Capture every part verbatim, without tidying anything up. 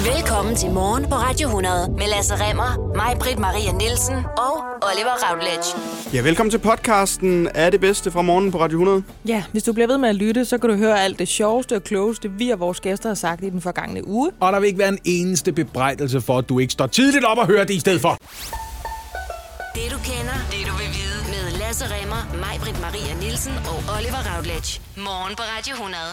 Velkommen til Morgen på Radio hundrede med Lasse Remmer, mig, Britt Maria Nielsen og Oliver Routledge. Ja, velkommen til podcasten af det bedste fra Morgen på Radio hundrede. Ja, hvis du bliver ved med at lytte, så kan du høre alt det sjoveste og klogeste, vi og vores gæster har sagt i den forgangne uge. Og der vil ikke være en eneste bebrejdelse for, at du ikke står tidligt op og hører det i stedet for. Det du kender, det du vil vide med Lasse Remmer, mig, Britt Maria Nielsen og Oliver Routledge. Morgen på Radio hundrede.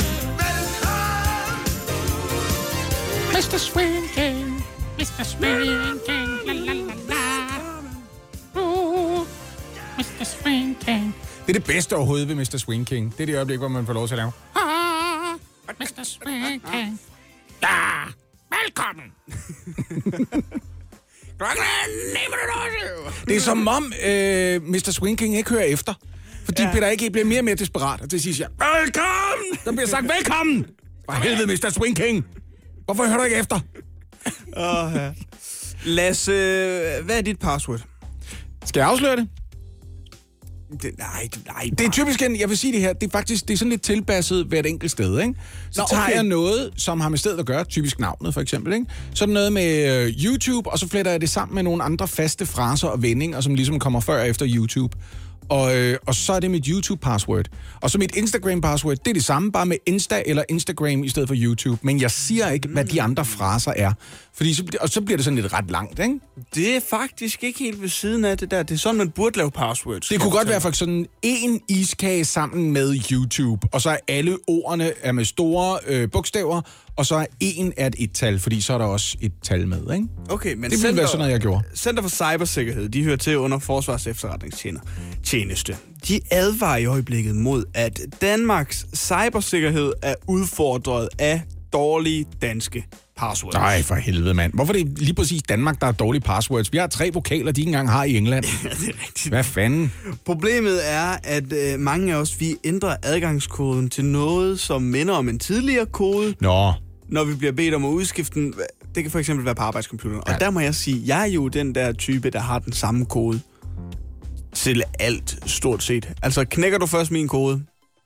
mister Swing King, mister Swing King, la la la la. Uh, mister Swing King. Det er det bedste overhovedet ved mister Swing King. Det er det øjeblik, hvor man får lov til at lave. Ah, mister Swing King. Ja, velkommen. Klokken er ni minutter. Det er som om øh, mister Swing King ikke hører efter. Fordi ja. Peter ikke bliver mere og mere desperat. Og til sidst siger velkommen! Der bliver sagt velkommen! For helvede, mister Swing King! Hvorfor hører du ikke efter? Oh, ja. Lasse, hvad er dit password? Skal jeg afsløre det? det nej, nej. Det er typisk en, jeg vil sige det her, det er faktisk det er sådan lidt tilpasset hvert enkelt sted, ikke? Så Nå, tager okay. jeg noget, som har med stedet at gøre, typisk navnet for eksempel, ikke? Så er det noget med uh, YouTube, og så fletter jeg det sammen med nogle andre faste fraser og vendinger, som ligesom kommer før og efter YouTube. Og, øh, og så er det mit YouTube-password. Og så mit Instagram-password, det er det samme, bare med Insta eller Instagram i stedet for YouTube. Men jeg siger ikke, hvad de andre fraser er. Fordi så, og så bliver det sådan lidt ret langt, ikke? Det er faktisk ikke helt ved siden af det der. Det er sådan, man burde lave passwords. Det kunne godt være for sådan en iskage sammen med YouTube. Og så er alle ordene er med store øh, bogstaver. Og så er en af et et-tal, fordi så er der også et tal med, ikke? Okay, men det ville være sådan noget, jeg gjorde. Center for Cybersikkerhed, de hører til under Forsvars Efterretningstjeneste. De advarer i øjeblikket mod, at Danmarks cybersikkerhed er udfordret af dårlige danske passwords. Nej, for helvede, mand. Hvorfor er det lige præcis Danmark, der er dårlige passwords? Vi har tre vokaler, de ikke engang har i England. Ja, det er rigtigt. Hvad fanden? Problemet er, at øh, mange af os, vi ændrer adgangskoden til noget, som minder om en tidligere kode. Nå. Når vi bliver bedt om at udskifte den. Det kan for eksempel være på arbejdscomputeren. Ja. Og der må jeg sige, jeg er jo den der type, der har den samme kode til alt, stort set. Altså, knækker du først min kode,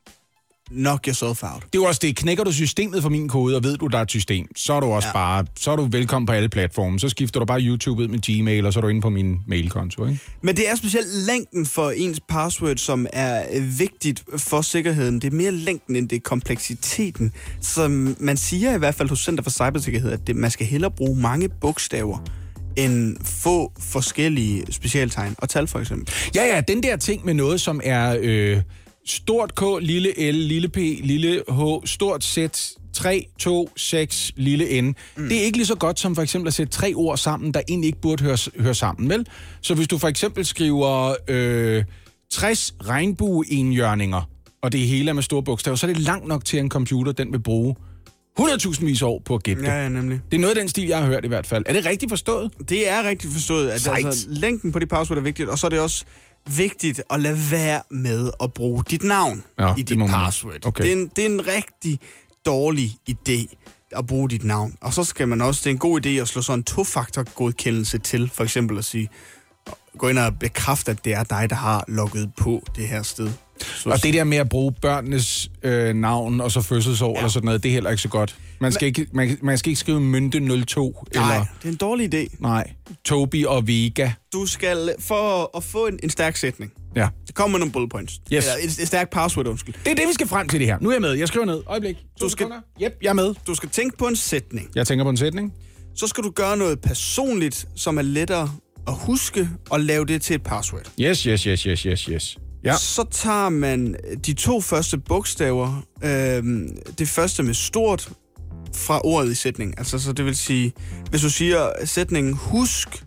knock yourself out. Det er jo også det. Knækker du systemet for min kode, og ved du, der er et system, så er du også ja. bare, så er du velkommen på alle platforme. Så skifter du bare YouTube ud med Gmail, og så er du inde på min mailkonto, ikke? Men det er specielt længden for ens password, som er vigtigt for sikkerheden. Det er mere længden, end det er kompleksiteten. Så man siger i hvert fald hos Center for Cybersikkerhed, at det, man skal hellere bruge mange bogstaver end få forskellige specialtegn og tal, for eksempel. Ja, ja, den der ting med noget, som er øh, stort K, lille L, lille P, lille H, stort Z, tre, to, seks, lille N. Mm. Det er ikke lige så godt som for eksempel at sætte tre ord sammen, der egentlig ikke burde høre, høre sammen, vel? Så hvis du for eksempel skriver øh, tres regnbue-enhjørninger, og det hele er med store bogstaver, så er det langt nok til, at en computer den vil bruge hundredtusindvis år på at gætte det. Ja, ja, nemlig. Det er noget af den stil, jeg har hørt i hvert fald. Er det rigtigt forstået? Det er rigtigt forstået. At altså, længden på de password er vigtigt, og så er det også vigtigt at lade være med at bruge dit navn ja, i dit password. Okay. Det, er en, det er en rigtig dårlig idé at bruge dit navn. Og så skal man også, det er en god idé at slå sådan en to-faktor-godkendelse til, for eksempel at sige, gå ind og bekræfte, at det er dig, der har logget på det her sted. Så og det der med at bruge børnenes øh, navn og så fødselsår ja. eller sådan noget, det er heller ikke så godt. Man skal, ikke, man, man skal ikke skrive Mynte nul to. Nej, eller, det er en dårlig idé. Nej, Tobi og Vega. Du skal, for at få en, en stærk sætning, ja. det kommer med nogle bullet points. Yes. Eller et, et stærkt password, undskyld. Det er det, vi skal frem til det her. Nu er jeg med. Jeg skriver ned. Øjeblik. Du skal, yep, jeg er med. Du skal tænke på en sætning. Jeg tænker på en sætning. Så skal du gøre noget personligt, som er lettere at huske, og lave det til et password. Yes, yes, yes, yes, yes, yes. Ja. Så tager man de to første bogstaver, øh, det første med stort, fra ordet i sætningen. Altså, så det vil sige, hvis du siger sætningen, husk,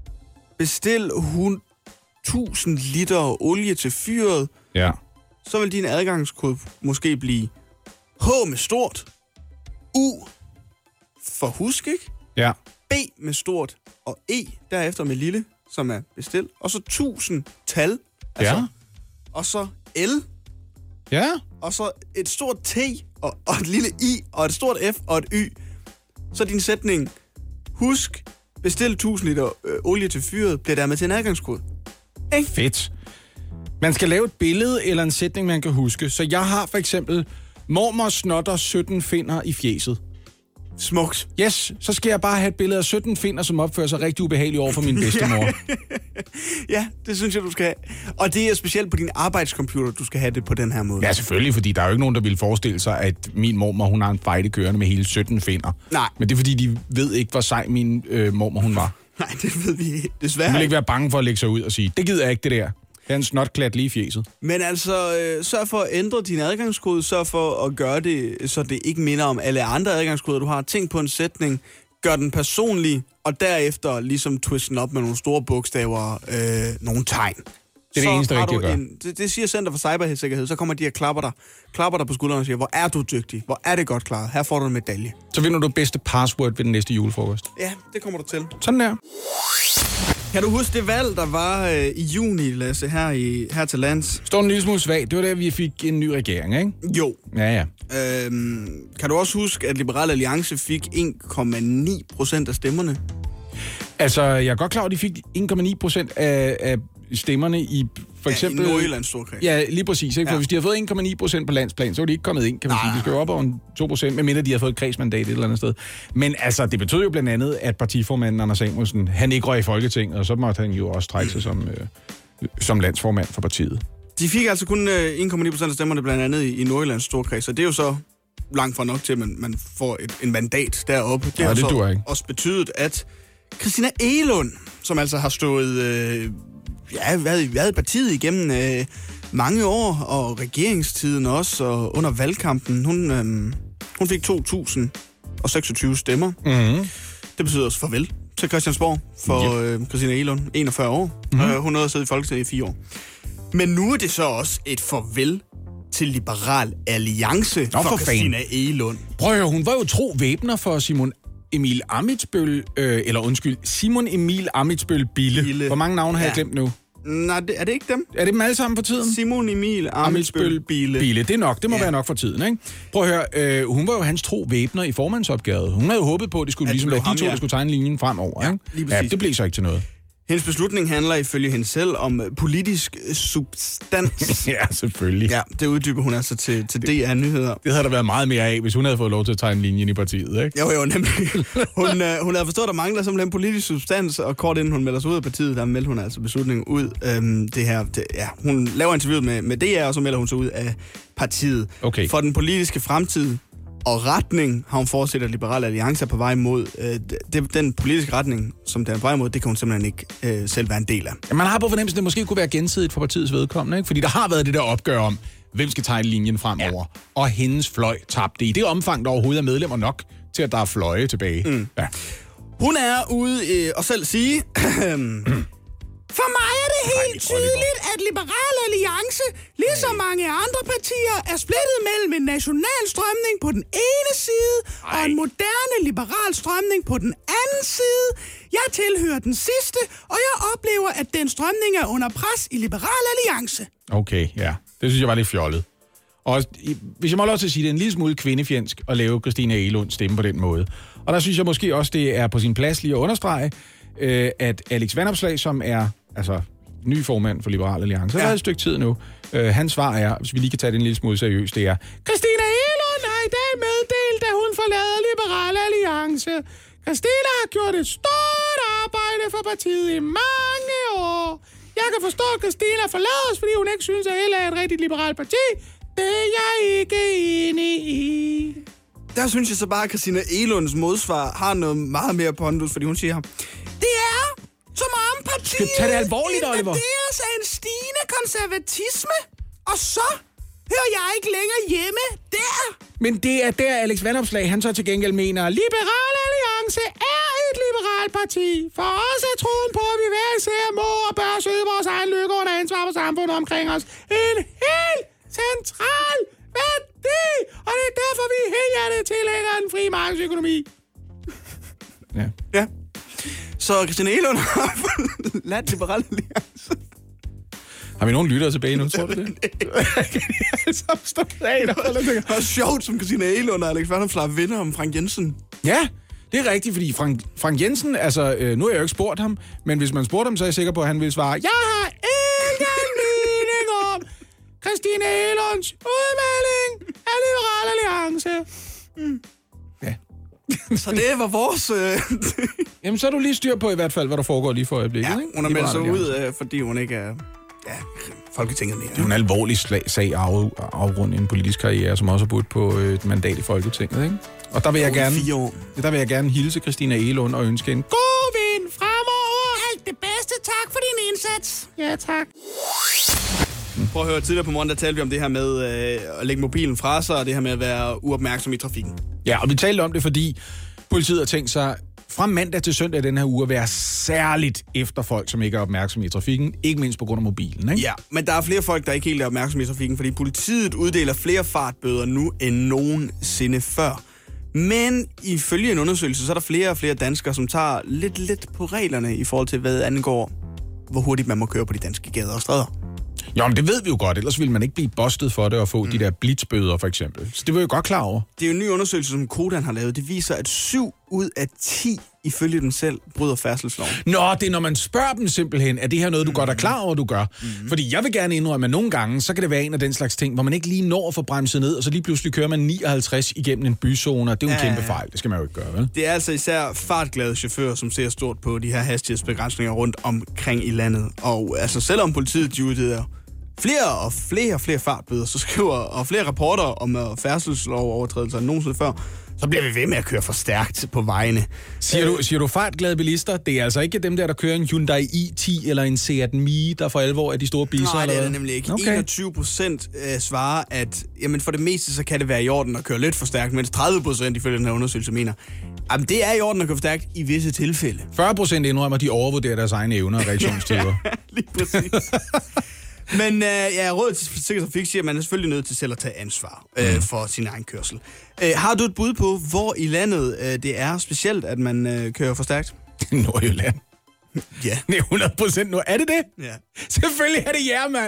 bestil tusind liter olie til fyret, ja. så vil din adgangskode måske blive H med stort, U for husk, ikke? Ja. B med stort, og E derefter med lille, som er bestil, og så tusind tal, altså, ja. og så L, ja. og så et stort T, og, og et lille I, og et stort F, og et Y. Så din sætning, husk, bestil tusind liter øh, olie til fyret, bliver dermed til en adgangskode. Ikke? Fedt. Man skal lave et billede eller en sætning, man kan huske. Så jeg har for eksempel, mormor snotter sytten finder i fjeset. Smukt. Yes, så skal jeg bare have et billede af sytten finner, som opfører sig rigtig ubehageligt over for min bedstemor. Ja, det synes jeg, du skal have. Og det er specielt på din arbejdscomputer, du skal have det på den her måde. Ja, selvfølgelig, fordi der er jo ikke nogen, der vil forestille sig, at min mormor, hun har en fejde kørende med hele sytten finner. Nej. Men det er fordi, de ved ikke, hvor sej min øh, mormor, hun var. Nej, det ved vi desværre. Hun vil ikke være bange for at lægge sig ud og sige, det gider jeg ikke, det der. Det er en snotklat lige i fjeset. Men altså, øh, sørg for at ændre din adgangskode. Sørg for at gøre det, så det ikke minder om alle andre adgangskoder, du har. Tænk på en sætning. Gør den personlig, og derefter ligesom twist den op med nogle store bogstaver, øh, nogle tegn. Det er det eneste rigtige at gøre. En, det, det siger Center for Cybersikkerhed. Så kommer de og klapper dig, klapper dig på skulderen og siger, hvor er du dygtig? Hvor er det godt klaret? Her får du en medalje. Så vinder du bedste password ved den næste julefrokost. Ja, det kommer du til. Sådan der. Kan du huske det valg, der var øh, i juni, Lasse, her, i, her til lands? Står en lille smule svag. Det var der, vi fik en ny regering, ikke? Jo. Ja, ja. Øhm, kan du også huske, at Liberal Alliance fik en komma ni procent af stemmerne? Altså, jeg er godt klar over, at de fik en komma ni procent af, af stemmerne i for eksempel... Ja, i Nordjyllands Storkreds. Ja, lige præcis. Ikke? For ja. hvis de havde fået en komma ni procent på landsplan, så var de ikke kommet ind, kan man Nej. sige. De skal jo op over to procent, medmindre de har fået et kredsmandat et eller andet sted. Men altså, det betød jo blandt andet, at partiformanden Anders Samuelsen, han ikke røg i Folketinget, og så måtte han jo også trække sig som, øh, som landsformand for partiet. De fik altså kun øh, en komma ni procent af stemmerne blandt andet i, i Nordjyllands Storkreds, og det er jo så langt fra nok til, at man, man får et, en mandat deroppe. Det ja, har det så ikke. også betydet, at Christina Egelund, som altså har stået... Øh, ja, været, været i partiet igennem øh, mange år, og regeringstiden også, og under valgkampen. Hun, øh, hun fik to tusind og seksogtyve stemmer. Mm-hmm. Det betyder også farvel til Christiansborg for yep. øh, Christina Egelund, enogfyrre år. Mm-hmm. Øh, hun nåede at sidde i Folketinget i fire år. Men nu er det så også et farvel til Liberal Alliance Nå, for, for Christina Egelund. Prøv at høre, hun var jo tro væbner for Simon Emil Ammitzbøll, øh, eller undskyld, Simon Emil Ammitzbøll Bille. Bille. Hvor mange navne har ja. jeg glemt nu? Nej, det, er det ikke dem? Er det dem alle sammen for tiden? Simon Emil Ammitzbøll Bille. Bille. Det er nok. Det må ja. være nok for tiden, ikke? Prøv at høre, øh, hun var jo hans tro væbner i formandsopgavet. Hun havde jo håbet på, at det skulle at ligesom være de to, ja. der skulle tegne linjen fremover, ja, ikke? Ja, det blev så ikke til noget. Hendes beslutning handler ifølge hende selv om politisk substans. Ja, selvfølgelig. Ja, det uddyber hun altså til, til D R Nyheder. Det havde der været meget mere af, hvis hun havde fået lov til at tegne linjen i partiet, ikke? Jo, jo, nemlig. Hun, øh, hun havde forstået, at der mangler simpelthen politisk substans, og kort inden hun melder sig ud af partiet, der meldte hun altså beslutningen ud. Øhm, det her, det, ja, hun laver interviewet med, med D R, og så melder hun sig ud af partiet. Okay. For den politiske fremtid og retning har hun fortsat, at Liberal Alliance er på vej mod. Øh, det, den politiske retning, som den er på vej mod, det kan hun simpelthen ikke øh, selv være en del af. Ja, man har på fornemmelsen, at det måske kunne være gensidigt for partiets vedkommende, ikke? Fordi der har været det der opgør om, hvem skal tegne linjen fremover. Ja. Og hendes fløj tabte i det omfang, der overhovedet er medlemmer nok til, at der er fløje tilbage. Mm. Ja. Hun er ude øh, og selv sige... For mig er det helt tydeligt, at Liberal Alliance, ligesom mange andre partier, er splittet mellem en national strømning på den ene side og en moderne liberal strømning på den anden side. Jeg tilhører den sidste, og jeg oplever, at den strømning er under pres i Liberal Alliance. Okay, ja. Det synes jeg var lidt fjollet. Og hvis jeg må lov til at sige, det er en lille smule kvindefjendsk at lave Christina Egelund stemme på den måde. Og der synes jeg måske også, det er på sin plads lige at understrege, øh, at Alex Vanopslagh, som er altså ny formand for Liberal Alliance, ja. har været et stykke tid nu. Øh, hans svar er, hvis vi lige kan tage det en lille smule seriøst, det er, Christina Egelund har i dag meddelt, at hun forlader Liberal Alliance. Christina har gjort et stort arbejde for partiet i mange år. Jeg kan forstå, at Christina forlader os, fordi hun ikke synes, at L A er et rigtig liberalt parti. Det er jeg ikke enig i. Der synes jeg så bare, at Christina Egelunds modsvar har noget meget mere pondus, fordi hun siger, det er som om partiet tage det alvorligt, Oliver. invaderes af en stigende konservatisme, og så hører jeg ikke længere hjemme der. Men det er der, Alex Vanopslagh, han så til gengæld mener, Liberal Alliance er et liberalt parti. For os er troen på, at vi hver især må og bør søge vores egen lykke under ansvar for samfundet omkring os. En helt central værdi, og det er derfor, vi er helhjertet tilhængere af den frie markedsøkonomi. Ja. Ja. Så Christina Egelund har forladt Liberal Alliance. Har vi nogen lyttere tilbage nu, tror du det? Det er sjovt, som Christina Egelund og Alex Vanopslagh vinder om Frank Jensen. Ja, det er rigtigt, fordi Frank, Frank Jensen, altså, øh, nu har jeg jo ikke spurgt ham, men hvis man spurgte ham, så er jeg sikker på, at han vil svare, jeg har ingen mening om Christina Egelunds udmelding af Liberal Alliance. Mm. Ja. Så det var vores... Øh... Jamen, så er du lige styr på i hvert fald, hvad der foregår lige for øjeblikket, ja, ikke? Hun har meldt sig ud, øh, fordi hun ikke er... Ja, Folketinget mere. Det er jo en alvorlig slag, sag af afrunde en politisk karriere, som også har budt på et mandat i Folketinget, ikke? Og der vil jeg gerne, der vil jeg gerne hilse Christina Egelund og ønske en god vind fremover. Alt det bedste. Tak for din indsats. Ja, tak. Prøv at høre, tidligere på morgen, der talte vi om det her med øh, at lægge mobilen fra sig, og det her med at være uopmærksom i trafikken. Ja, og vi talte om det, fordi politiet har tænkt sig fra mandag til søndag den her uge at være særligt efter folk, som ikke er opmærksomme i trafikken, ikke mindst på grund af mobilen, ikke? Ja, men der er flere folk, der ikke helt er opmærksomme i trafikken, fordi politiet uddeler flere fartbøder nu end nogensinde før. Men ifølge en undersøgelse, så er der flere og flere danskere, som tager lidt lidt på reglerne i forhold til, hvad angår, hvor hurtigt man må køre på de danske gader og stræder. Jo, men det ved vi jo godt, ellers ville man ikke blive bustet for det og få mm. de der blitzbøder, for eksempel. Så det var jo godt klar over. Det er jo en ny undersøgelse, som Kodan har lavet. Det viser, at syv ud af ti, ifølge dem selv, bryder færdselsloven. Nå, det er, når man spørger dem simpelthen, er det her noget, du mm. godt er klar over, du gør? Mm. Fordi jeg vil gerne indrømme, at nogle gange, så kan det være en af den slags ting, hvor man ikke lige når at få bremset ned, og så lige pludselig kører man nioghalvtreds igennem en byzone, og det er jo en ja, kæmpe fejl. Det skal man jo ikke gøre, vel? Det er altså især fartglade chauffører, som ser stort på de her hastighedsbegrænsninger rundt omkring i landet. Og altså, selvom politiet de uddeler flere og flere og flere fartbøder, så skriver og flere rapporter om uh, færdselsovertrædelser end nogensinde før, så bliver vi ved med at køre for stærkt på vejene. Siger du, siger du fartglade bilister? Det er altså ikke dem der, der kører en Hyundai i ti eller en Seat Mii, der for alvor er de store biser? Nej, det er det eller nemlig ikke. Okay. enogtyve procent svarer, at jamen for det meste, så kan det være i orden at køre lidt for stærkt, mens tredive procent ifølge den her undersøgelse mener, jamen det er i orden at køre for stærkt i visse tilfælde. fyrre procent indrømmer, at de overvurderer deres egne evner og reaktionstider. Lige præcis. Men øh, ja, Rådet til Sikker Trafik siger, at man er selvfølgelig nødt til selv at tage ansvar øh, for sin egen kørsel. Øh, har du et bud på, hvor i landet øh, det er specielt, at man øh, kører for stærkt? Nordjylland. Ja. Det er hundrede procent nu. Er det det? Ja. Selvfølgelig er det jer, mand.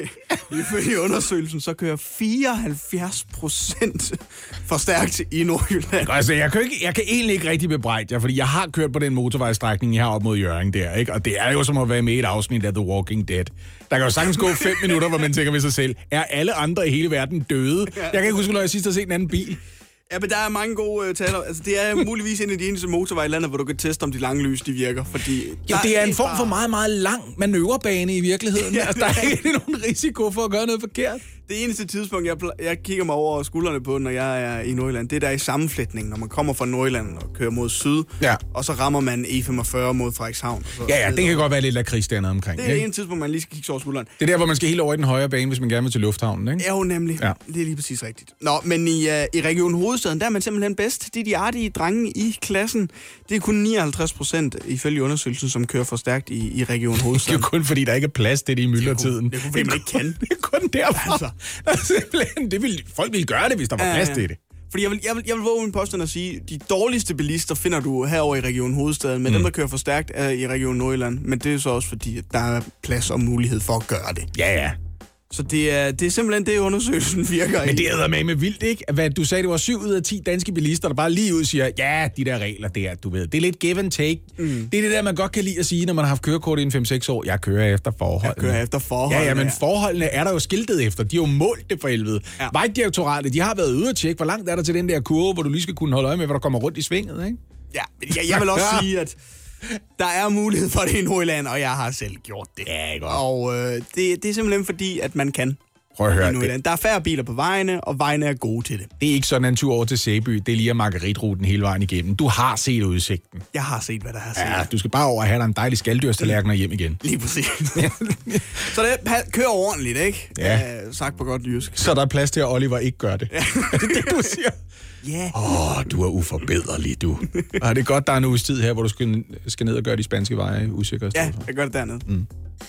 Ifølge undersøgelsen, så kører fireoghalvfjerds procent for stærkt i Nordjylland. Altså, jeg kan, ikke, jeg kan egentlig ikke rigtig bebrejde jer, fordi jeg har kørt på den motorvejstrækning, jeg har op mod Hjørring der, ikke? Og det er jo som at være med i et afsnit af The Walking Dead. Der kan jo sagtens gå fem minutter, hvor man tænker ved sig selv, er alle andre i hele verden døde? Jeg kan ikke huske, når jeg sidst har set en anden bil. Ja, men der er mange gode uh, taler. Altså, det er muligvis en af de eneste motorveje i landet, hvor du kan teste, om de lange lys, de virker. Fordi ja, det er en form for meget, meget lang manøvrebane i virkeligheden. Ja, altså, der er ikke nogen risiko for at gøre noget forkert. Det eneste tidspunkt, jeg, jeg kigger mig over skuldrene på, når jeg er i Nordjylland, det er der i sammenflætningen, når man kommer fra Nordjylland og kører mod syd, ja. Og så rammer man E femogfyrre mod Frederikshavn. Så ja, ja, det kan godt være lidt lakrids dernede omkring. Det er det ene tidspunkt, man lige skal kigge over skulderen. Det er der, hvor man skal helt over i den højre bane, hvis man gerne vil til lufthavnen, ikke? Ja, jo, nemlig. Ja. Det er lige præcis rigtigt. Nå, men i, uh, i Region Hovedstaden, der er man simpelthen bedst. De er de artige drenge i klassen. Det er kun nioghalvtreds procent ifølge undersøgelsen, som kører for stærkt i, i Region Hovedstaden. Det er jo kun fordi, der ikke er plads til det i myldretiden. Det er kun fordi, man ikke kan. Det er kun derfor. Altså. Altså, det vil, folk ville gøre det, hvis der var plads til det. Fordi jeg vil, jeg vil, jeg vil våge min påstand at sige, de dårligste bilister finder du herover i Region Hovedstaden, men mm. dem, der kører for stærkt, er i Region Nordjylland. Men det er så også fordi, at der er plads og mulighed for at gøre det. Ja, ja. Så det er, det er simpelthen det, undersøgelsen virker i. Men det er med med vildt, ikke? Hvad du sagde, det var syv ud af ti danske bilister, der bare lige ud siger, ja, de der regler, det er, du ved, det er lidt give and take. Mm. Det er det der, man godt kan lide at sige, når man har haft kørekort i en fem seks år. Jeg kører efter forholdene. Jeg kører efter forholdene. Ja, ja, men forholdene er der jo skiltet efter. De er jo målt det for helvede. Ja. Vejdirektoratet, de har været ude at tjekke, hvor langt er der til den der kurve, hvor du lige skal kunne holde øje med, hvor der kommer rundt i svinget, ikke? Ja, jeg, jeg vil også sige, at der er mulighed for det i Nordjylland, og jeg har selv gjort det. Ja, godt. Og øh, det, det er simpelthen fordi, at man kan. Prøv at høre det. Der er færre biler på vejene, og vejene er gode til det. Det er ikke sådan en tur over til Sæby. Det er lige Marguerite-ruten hele vejen igennem. Du har set udsigten. Jeg har set, hvad der har set. Ja, du skal bare over og have dig en dejlig skalddyrstallerken og hjem igen. Lige præcis. Så det kører ordentligt, ikke? Ja. Uh, sagt på godt jysk. Så der er plads til, at Oliver ikke gør det. Ja. Det er det, du siger. Ja. Åh, oh, du er uforbederlig, du. Og det er godt, der er en uges tid her, hvor du skal, skal ned og gøre de spanske veje usikre. Ja, jeg gør det dernede. Mm.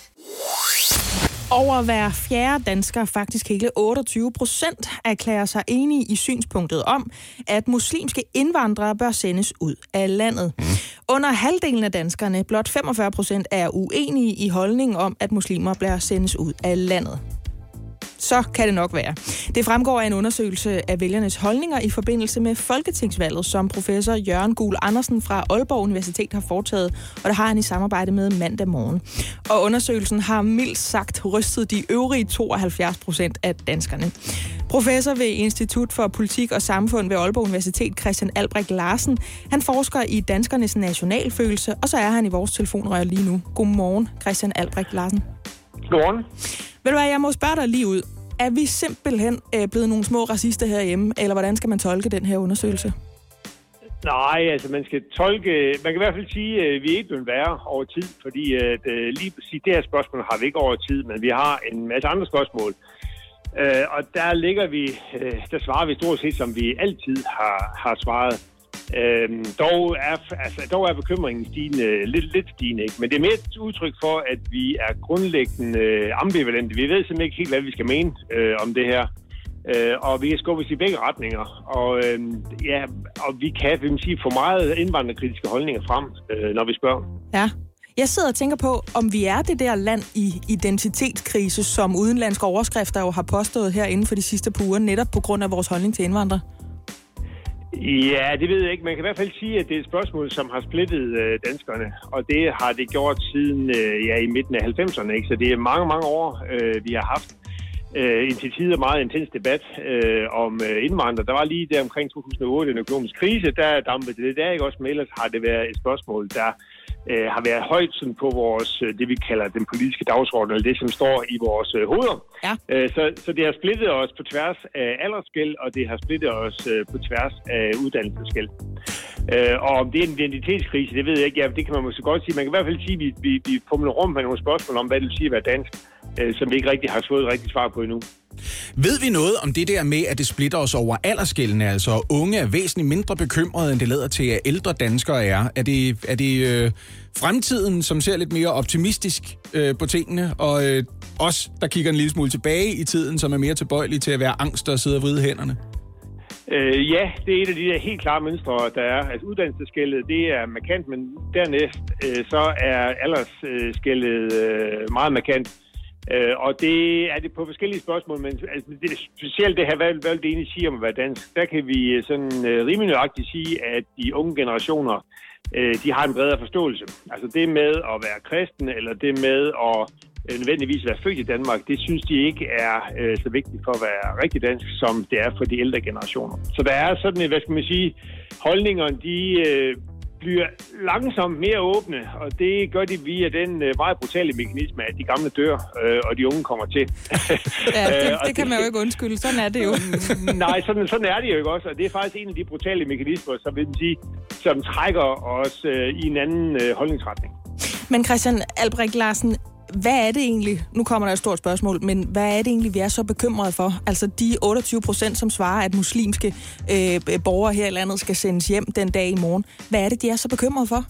Over hver fjerde dansker, faktisk hele otteogtyve procent, erklærer sig enige i synspunktet om, at muslimske indvandrere bør sendes ud af landet. Mm. Under halvdelen af danskerne, blot femogfyrre procent, er uenige i holdningen om, at muslimer bør sendes ud af landet. Så kan det nok være. Det fremgår af en undersøgelse af vælgernes holdninger i forbindelse med folketingsvalget, som professor Jørgen Gul Andersen fra Aalborg Universitet har foretaget, og det har han i samarbejde med Mandag Morgen. Og undersøgelsen har mildt sagt rystet de øvrige tooghalvfjerds procent af danskerne. Professor ved Institut for Politik og Samfund ved Aalborg Universitet, Christian Albrecht Larsen, han forsker i danskernes nationalfølelse, og så er han i vores telefonrør lige nu. Godmorgen, Christian Albrecht Larsen. Godmorgen. Ved du hvad, jeg må spørge dig lige ud. Er vi simpelthen øh, blevet nogle små racister herhjemme, eller hvordan skal man tolke den her undersøgelse? Nej, altså man skal tolke, man kan i hvert fald sige, at vi er ikke blevet værre over tid, fordi at, lige præcis det her spørgsmål har vi ikke over tid, men vi har en masse andre spørgsmål. Uh, og der ligger vi, uh, der svarer vi stort set, som vi altid har, har svaret. Uh, dog, er, altså, dog er bekymringen stigende, lidt, lidt stigende, ikke? Men det er mere et udtryk for, at vi er grundlæggende uh, ambivalente. Vi ved simpelthen ikke helt, hvad vi skal mene uh, om det her. Uh, og vi kan skubbes i begge retninger. Og, uh, ja, og vi kan, vil man sige, få meget indvandrerkritiske holdninger frem, uh, når vi spørger. Ja. Jeg sidder og tænker på, om vi er det der land i identitetskrise, som udenlandske overskrifter jo har påstået her inden for de sidste par uger, netop på grund af vores holdning til indvandrere. Ja, det ved jeg ikke. Man kan i hvert fald sige, at det er et spørgsmål, som har splittet øh, danskerne. Og det har det gjort siden øh, ja, i midten af halvfemserne. Ikke? Så det er mange, mange år, øh, vi har haft øh, en til tider meget intens debat øh, om øh, indvandrere. Der var lige der omkring to tusind og otte en økonomisk krise, der dampede det der ikke også, men ellers har det været et spørgsmål, der øh, har været højt sådan, på vores, det vi kalder den politiske dagsorden, eller det, som står i vores øh, hoveder. Ja. Øh, så, så det har splittet os på tværs af aldersskel, og det har splittet os øh, på tværs af uddannelsesskel. Øh, og om det er en identitetskrise, det ved jeg ikke. Ja, det kan man måske godt sige. Man kan i hvert fald sige, at vi, vi, vi pumler rundt med nogle spørgsmål om, hvad det vil sige at være dansk, øh, som vi ikke rigtig har fået et rigtigt svar på endnu. Ved vi noget om det der med, at det splitter os over aldersskellene? Altså, unge er væsentligt mindre bekymrede, end det lader til, at ældre danskere er. Er det, er det øh, fremtiden, som ser lidt mere optimistisk øh, på tingene, og øh, os, der kigger en lille smule tilbage i tiden, som er mere tilbøjelige til at være angst og sidde og vride hænderne? Øh, ja, det er et af de der helt klare mønstre, der er. Altså uddannelsesskældet, det er markant, men dernæst øh, så er aldersskældet øh, meget markant. Øh, og det er det på forskellige spørgsmål, men altså, det, specielt det her, hvad, hvad det egentlig siger om at være dansk, der kan vi sådan øh, rimelig nøjagtigt sige, at de unge generationer, øh, de har en bredere forståelse. Altså det med at være kristen, eller det med at øh, nødvendigvis være født i Danmark, det synes de ikke er øh, så vigtigt for at være rigtig dansk, som det er for de ældre generationer. Så der er sådan, hvad skal man sige, holdningerne, de øh, bliver langsomt mere åbne, og det gør de via den meget brutale mekanisme, at de gamle dør, øh, og de unge kommer til. Ja, det, det kan man jo ikke undskylde. Sådan er det jo. Nej, sådan, sådan er det jo ikke også, og det er faktisk en af de brutale mekanismer, som, vil sige, som trækker os øh, i en anden øh, holdningsretning. Men Christian Albrecht Larsen, hvad er det egentlig, nu kommer der et stort spørgsmål, men hvad er det egentlig, vi er så bekymrede for? Altså de otteogtyve procent, som svarer, at muslimske øh, borgere her i landet skal sendes hjem den dag i morgen. Hvad er det, de er så bekymrede for?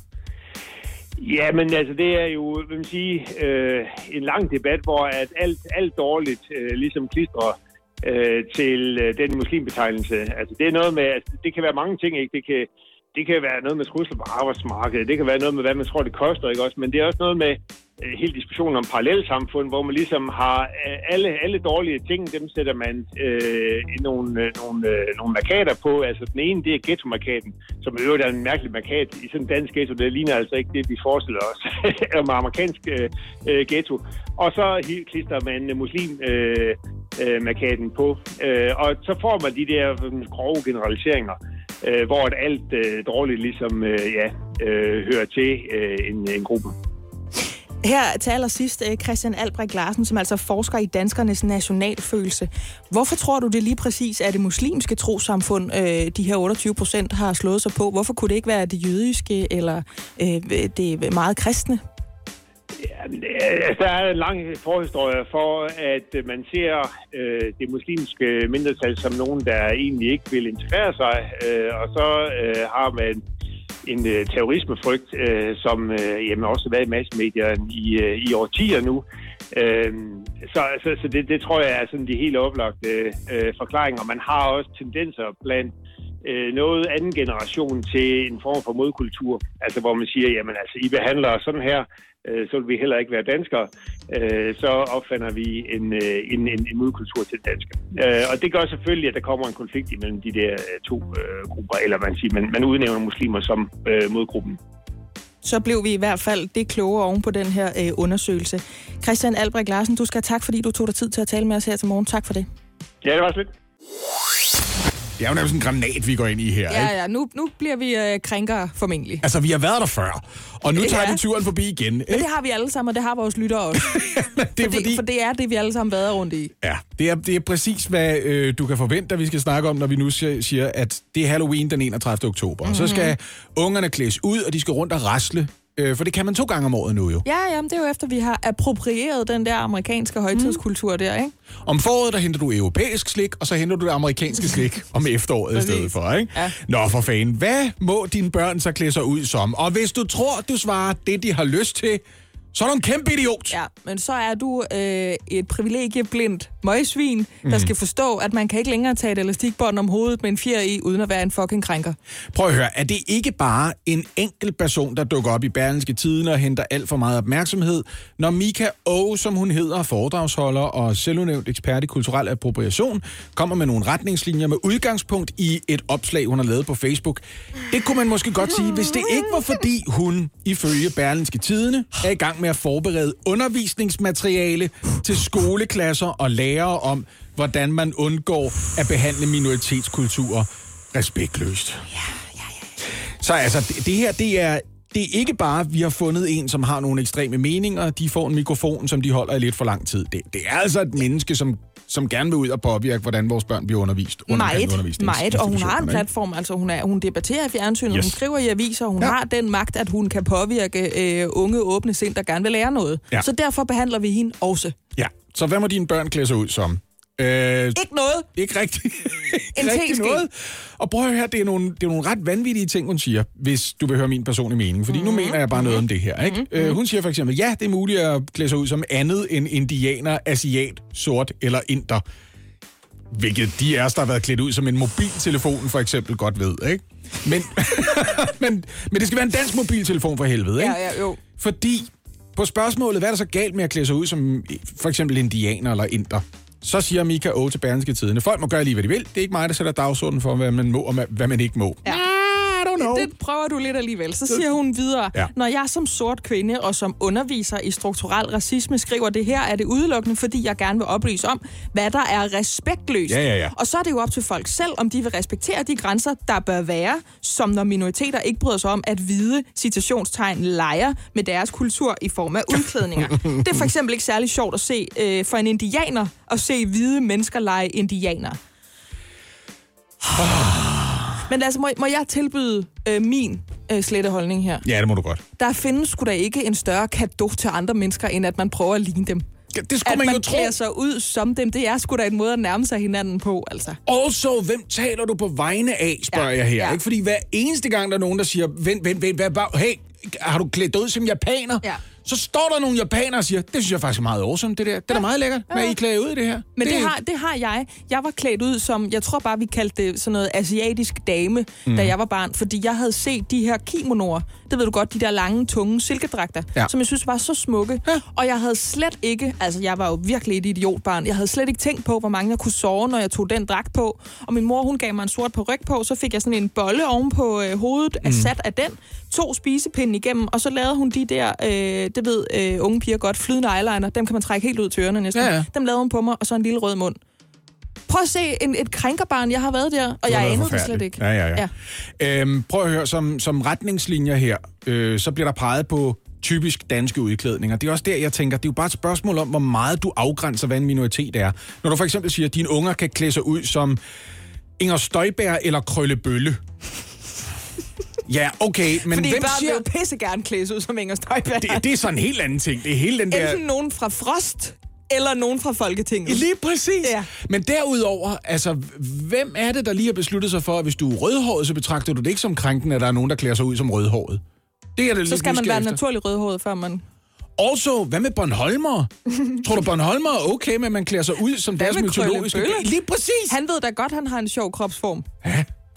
Ja, men altså det er jo, vil man sige, øh, en lang debat, hvor at alt, alt dårligt øh, ligesom klistrer øh, til øh, den muslimbetegnelse. Altså det er noget med, altså, det kan være mange ting, ikke? Det kan, det kan være noget med trusler på arbejdsmarkedet, det kan være noget med, hvad man tror, det koster, ikke også? Men det er også noget med øh, hele diskussionen om parallelsamfund, hvor man ligesom har øh, alle, alle dårlige ting, dem sætter man øh, nogle, øh, nogle, øh, nogle markader på. Altså den ene, det er ghetto-markaden, som i øvrigt er en mærkelig markat i sådan en dansk ghetto. Det ligner altså ikke det, vi forestiller os om amerikansk øh, ghetto. Og så klister man muslim-markaden øh, øh, på. Øh, og så får man de der øh, grove generaliseringer, Øh, hvor et alt øh, dårligt ligesom øh, ja, øh, hører til øh, en, en gruppe. Her til allersidst Christian Albrecht Larsen, som altså forsker i danskernes nationalfølelse. Hvorfor tror du det lige præcis er det muslimske trossamfund, øh, de her otteogtyve procent har slået sig på? Hvorfor kunne det ikke være det jødiske eller øh, det meget kristne? Ja, altså, der er en lang forhistorie for, at man ser øh, det muslimske mindretal som nogen, der egentlig ikke vil integrere sig, øh, og så øh, har man en øh, terrorismefrygt, øh, som øh, jamen, også har været i massemedierne i, øh, i årtier nu. Øh, så så, så det, det tror jeg er sådan de helt oplagte øh, forklaringer. Man har også tendenser blandt øh, noget anden generation til en form for modkultur. Altså hvor man siger, jamen altså, I behandler sådan her, øh, så vil vi heller ikke være danskere. Øh, så opfander vi en, øh, en, en, en modkultur til dansker. Øh, og det gør selvfølgelig, at der kommer en konflikt imellem de der øh, to øh, grupper, eller man siger, man, man udnævner muslimer som øh, modgruppen. Så blev vi i hvert fald det klogere oven på den her øh, undersøgelse. Christian Albrecht Larsen, du skal have tak, fordi du tog dig tid til at tale med os her til morgen. Tak for det. Ja, det var slet. Det er jo nærmest en granat, vi går ind i her, ja, ikke? Ja, nu, nu bliver vi øh, krænkere formentlig. Altså, vi har været der før, og nu tager ja. vi turen forbi igen. Ikke? Men det har vi alle sammen, og det har vores lyttere også. det er for, fordi... det, for det er det, vi alle sammen været rundt i. Ja, det er, det er præcis, hvad øh, du kan forvente, at vi skal snakke om, når vi nu siger, at det er Halloween den enogtredivte oktober. Mm-hmm. Og så skal ungerne klædes ud, og de skal rundt og rasle. For det kan man to gange om året nu jo. Ja, jamen, det er jo efter, vi har approprieret den der amerikanske højtidskultur der, ikke? Om foråret, der henter du europæisk slik, og så henter du det amerikanske slik om efteråret i stedet for, ikke? Ja. Nå, for fanden. Hvad må dine børn så klæde sig ud som? Og hvis du tror, du svarer det, de har lyst til, så er du en kæmpe idiot. Ja, men så er du øh, et privilegieblindt møgsvin, der mm. skal forstå, at man kan ikke længere tage et elastikbånd om hovedet med en fjer i, uden at være en fucking krænker. Prøv at høre, er det ikke bare en enkelt person, der dukker op i Berlingske Tidende og henter alt for meget opmærksomhed, når Mika O, som hun hedder, foredragsholder og selvudnævnt ekspert i kulturel appropriation, kommer med nogle retningslinjer med udgangspunkt i et opslag, hun har lavet på Facebook? Det kunne man måske godt sige, hvis det ikke var fordi hun, ifølge Berlingske Tidende, er i gang med at forberede undervisningsmateriale til skoleklasser og lærere om, hvordan man undgår at behandle minoritetskulturer respektløst. Ja, ja, ja. Så altså, det, det her, det er, det er ikke bare, at vi har fundet en, som har nogle ekstreme meninger, de får en mikrofon, som de holder i lidt for lang tid. Det, det er altså et menneske, som, som gerne vil ud og påvirke, hvordan vores børn bliver undervist. Meget, meget, og hun har en platform, altså hun, er, hun debatterer i fjernsynet, yes. Hun skriver i aviser, hun ja. har den magt, at hun kan påvirke øh, unge åbne sind, der gerne vil lære noget. Ja. Så derfor behandler vi hende også. Ja, så hvad må dine børn klæde sig ud som? Øh, ikke noget. Ikke rigtigt. En ikke rigtig noget. Og prøv at høre, det er, nogle, det er nogle ret vanvittige ting, hun siger, hvis du vil høre min personlige mening. Fordi mm-hmm. nu mener jeg bare noget om det her. Ikke? Mm-hmm. Øh, hun siger for eksempel, ja, det er muligt at klæde sig ud som andet end indianer, asiat, sort eller inder. Hvilket de er, der har været klædt ud som en mobiltelefon, for eksempel, godt ved. Ikke? Men, men, men det skal være en dansk mobiltelefon for helvede. Ikke? Ja, ja, jo. Fordi på spørgsmålet, hvad er der så galt med at klæde sig ud som for eksempel indianer eller inder? Så siger Mika O til Berlingske Tidende, folk må gøre lige, hvad de vil. Det er ikke mig, der sætter dagsordenen for, hvad man må og hvad man ikke må. Ja. I don't know. Det prøver du lidt alligevel. Så siger hun videre, ja. Når jeg som sort kvinde og som underviser i strukturel racisme skriver det her, er det udelukkende, fordi jeg gerne vil oplyse om, hvad der er respektløst. Ja, ja, ja. Og så er det jo op til folk selv, om de vil respektere de grænser, der bør være, som når minoriteter ikke bryder sig om, at hvide citationstegn leger med deres kultur i form af udklædninger. Det er for eksempel ikke særlig sjovt at se øh, for en indianer at se hvide mennesker lege indianer. Men altså, må, må jeg tilbyde øh, min øh, slette holdning her? Ja, det må du godt. Der findes sgu da ikke en større cadeau til andre mennesker, end at man prøver at ligne dem. Ja, det skulle at man, man jo tro. klæder sig ud som dem, det er sgu da en måde at nærme sig hinanden på, altså. Also, hvem taler du på vegne af, spørger ja, jeg her. Ja. Ikke? Fordi hver eneste gang, der er nogen, der siger, vent, vent, vent, vent, hey, har du klædt dig ud som japaner? Ja. Så står der nogle japanere og siger, det synes jeg faktisk er meget awesome, det der. Det er da meget lækkert, hvad I klæder ud i det her. Men det, det, har, det har jeg. Jeg var klædt ud som, jeg tror bare, vi kaldte det sådan noget asiatisk dame, mm. da jeg var barn. Fordi jeg havde set de her kimonoer, det ved du godt, de der lange, tunge silkedragter, ja. Som jeg synes var så smukke. Ja. Og jeg havde slet ikke, altså jeg var jo virkelig et idiotbarn, jeg havde slet ikke tænkt på, hvor mange jeg kunne sove, når jeg tog den dragt på. Og min mor, hun gav mig en sort paryk på, så fik jeg sådan en bolle oven på øh, hovedet, mm. sat af den, to spisepinde igennem, og så lavede hun de der, øh, det ved øh, unge piger godt, flydende eyeliner, dem kan man trække helt ud til ørerne næsten. Ja, ja. Dem lavede hun på mig, og så en lille rød mund. Prøv at se en, et krænkerbarn, jeg har været der, og jeg anede det slet ikke. Ja, ja, ja. ja. Øhm, prøv at høre, som, som retningslinjer her, øh, så bliver der peget på typisk danske udklædninger. Det er også der, jeg tænker, det er jo bare et spørgsmål om, hvor meget du afgrænser, hvad en minoritet er. Når du for eksempel siger, at dine unger kan klæde sig ud som Inger Støjberg eller Krøllebølle. Ja, okay, men fordi hvem børn siger... vil jo pisse gerne klædes ud som Inger Støjberg. Det, det er sådan en helt anden ting. Det er hele den der... Enten nogen fra Frost, eller nogen fra Folketinget. Lige præcis. Ja. Men derudover, altså, hvem er det, der lige har besluttet sig for, at hvis du er rødhåret, så betragter du det ikke som krænkende, at der er nogen, der klæder sig ud som rødhåret? Det er det så skal man være naturlig rødhåret, før man... Also, hvad med Bornholmer? Tror du, Bornholmer er okay med, at man klæder sig ud som deres mytologiske... Lige præcis. Han ved da godt, han har en sjov kropsform. Ja.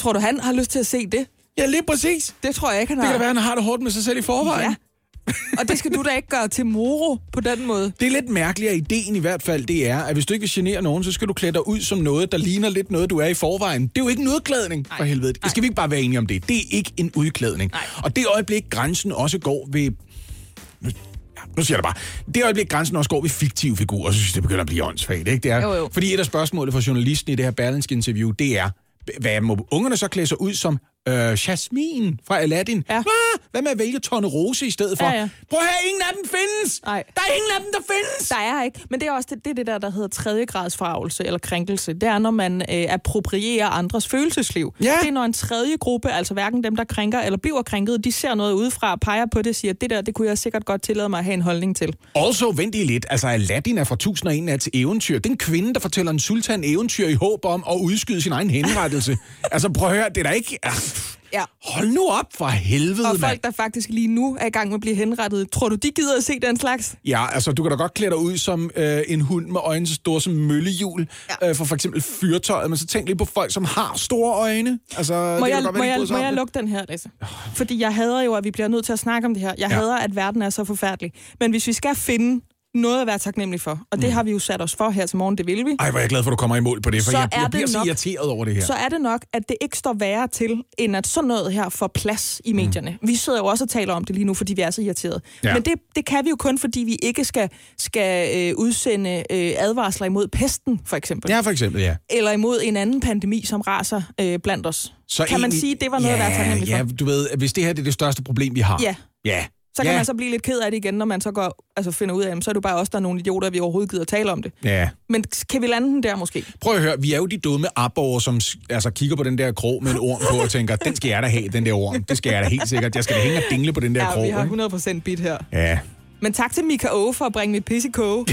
Tror du, han har lyst til at se det? Ja, lige præcis. Det tror jeg ikke, han har. Det kan da være, han har det hårdt med sig selv i forvejen. Ja. Og det skal du da ikke gøre til moro på den måde. Det er lidt mærkeligt, at ideen i hvert fald, det er, at hvis du ikke vil genere nogen, så skal du klæde dig ud som noget, der ligner lidt noget, du er i forvejen. Det er jo ikke en udklædning, for helvede. Nej. Skal vi ikke bare være enige om det? Det er ikke en udklædning. Nej. Og det øjeblik, grænsen også går ved... Nu, ja, nu siger jeg det bare. Det øjeblik, grænsen også går ved fiktive figurer, så synes jeg, det begynder at blive åndssvagt, ikke? Det er, jo, jo. Fordi et af spørgsmålene fra journalisten i det her Berlingske-interview, det er, hvad må ungerne så klæde sig ud som? Øh, Jasmine fra Aladdin. Ja. Ah, hvad med at vælge Tornerose i stedet for? Ja, ja. Prøv at høre, ingen af dem findes! Nej. Der er ingen af dem, der findes! Der er ikke. Men det er også det, det, det der, der hedder tredjegradsforargelse eller krænkelse. Det er, når man øh, approprierer andres følelsesliv. Ja. Det er, når en tredje gruppe, altså hverken dem, der krænker eller bliver krænket, de ser noget udefra, peger på det og siger, det der, det kunne jeg sikkert godt tillade mig at have en holdning til. Also, vent I lidt. Altså, Aladdin er fra tusind og en nat til eventyr. Det er en kvinde, der fortæller en sultan eventyr i håb om at udskyde sin egen henrettelse. Altså, prøv at høre, det er der ikke... Ja. Hold nu op for helvede, Og folk, man. der faktisk lige nu er i gang med at blive henrettet, tror du, de gider at se den slags? Ja, altså, du kan da godt klæde dig ud som øh, en hund med øjne så store som møllehjul, ja. øh, for for eksempel fyrtøjet, men så tænk lige på folk, som har store øjne. Altså, må jeg, må jeg, må jeg lukke den her, Lasse? Fordi jeg hader jo, at vi bliver nødt til at snakke om det her. Jeg ja. hader, at verden er så forfærdelig. Men hvis vi skal finde noget at være taknemmelig for, og det mm. har vi jo sat os for her til morgen, det vil vi. Ej, hvor er jeg glad for, at du kommer i mål på det, for så jeg, jeg bliver så nok, irriteret over det her. Så er det nok, at det ikke står værre til, end at sådan noget her får plads i medierne. Mm. Vi sidder jo også og taler om det lige nu, fordi vi er så irriterede. Ja. Men det, det kan vi jo kun, fordi vi ikke skal, skal øh, udsende øh, advarsler imod pesten, for eksempel. Ja, for eksempel, ja. Eller imod en anden pandemi, som raser øh, blandt os. Så kan egentlig, man sige, det var noget ja, at være taknemmelig for? Ja, du ved, hvis det her det er det største problem, vi har. Ja. Ja. Så kan ja. man så blive lidt ked af det igen, når man så går, altså finder ud af, så er det bare også der er nogle idioter, vi overhovedet gider at tale om det. Ja. Men kan vi lande den der måske? Prøv at høre, vi er jo de dumme aborger, som altså, kigger på den der krog med en orm på og tænker, den skal jeg da have, den der orm. Det skal jeg da helt sikkert. Jeg skal da hænge og dingle på den der ja, krog. Ja, vi har hundrede procent bit her. Ja. Men tak til Mika O for at bringe mit pisse i koge.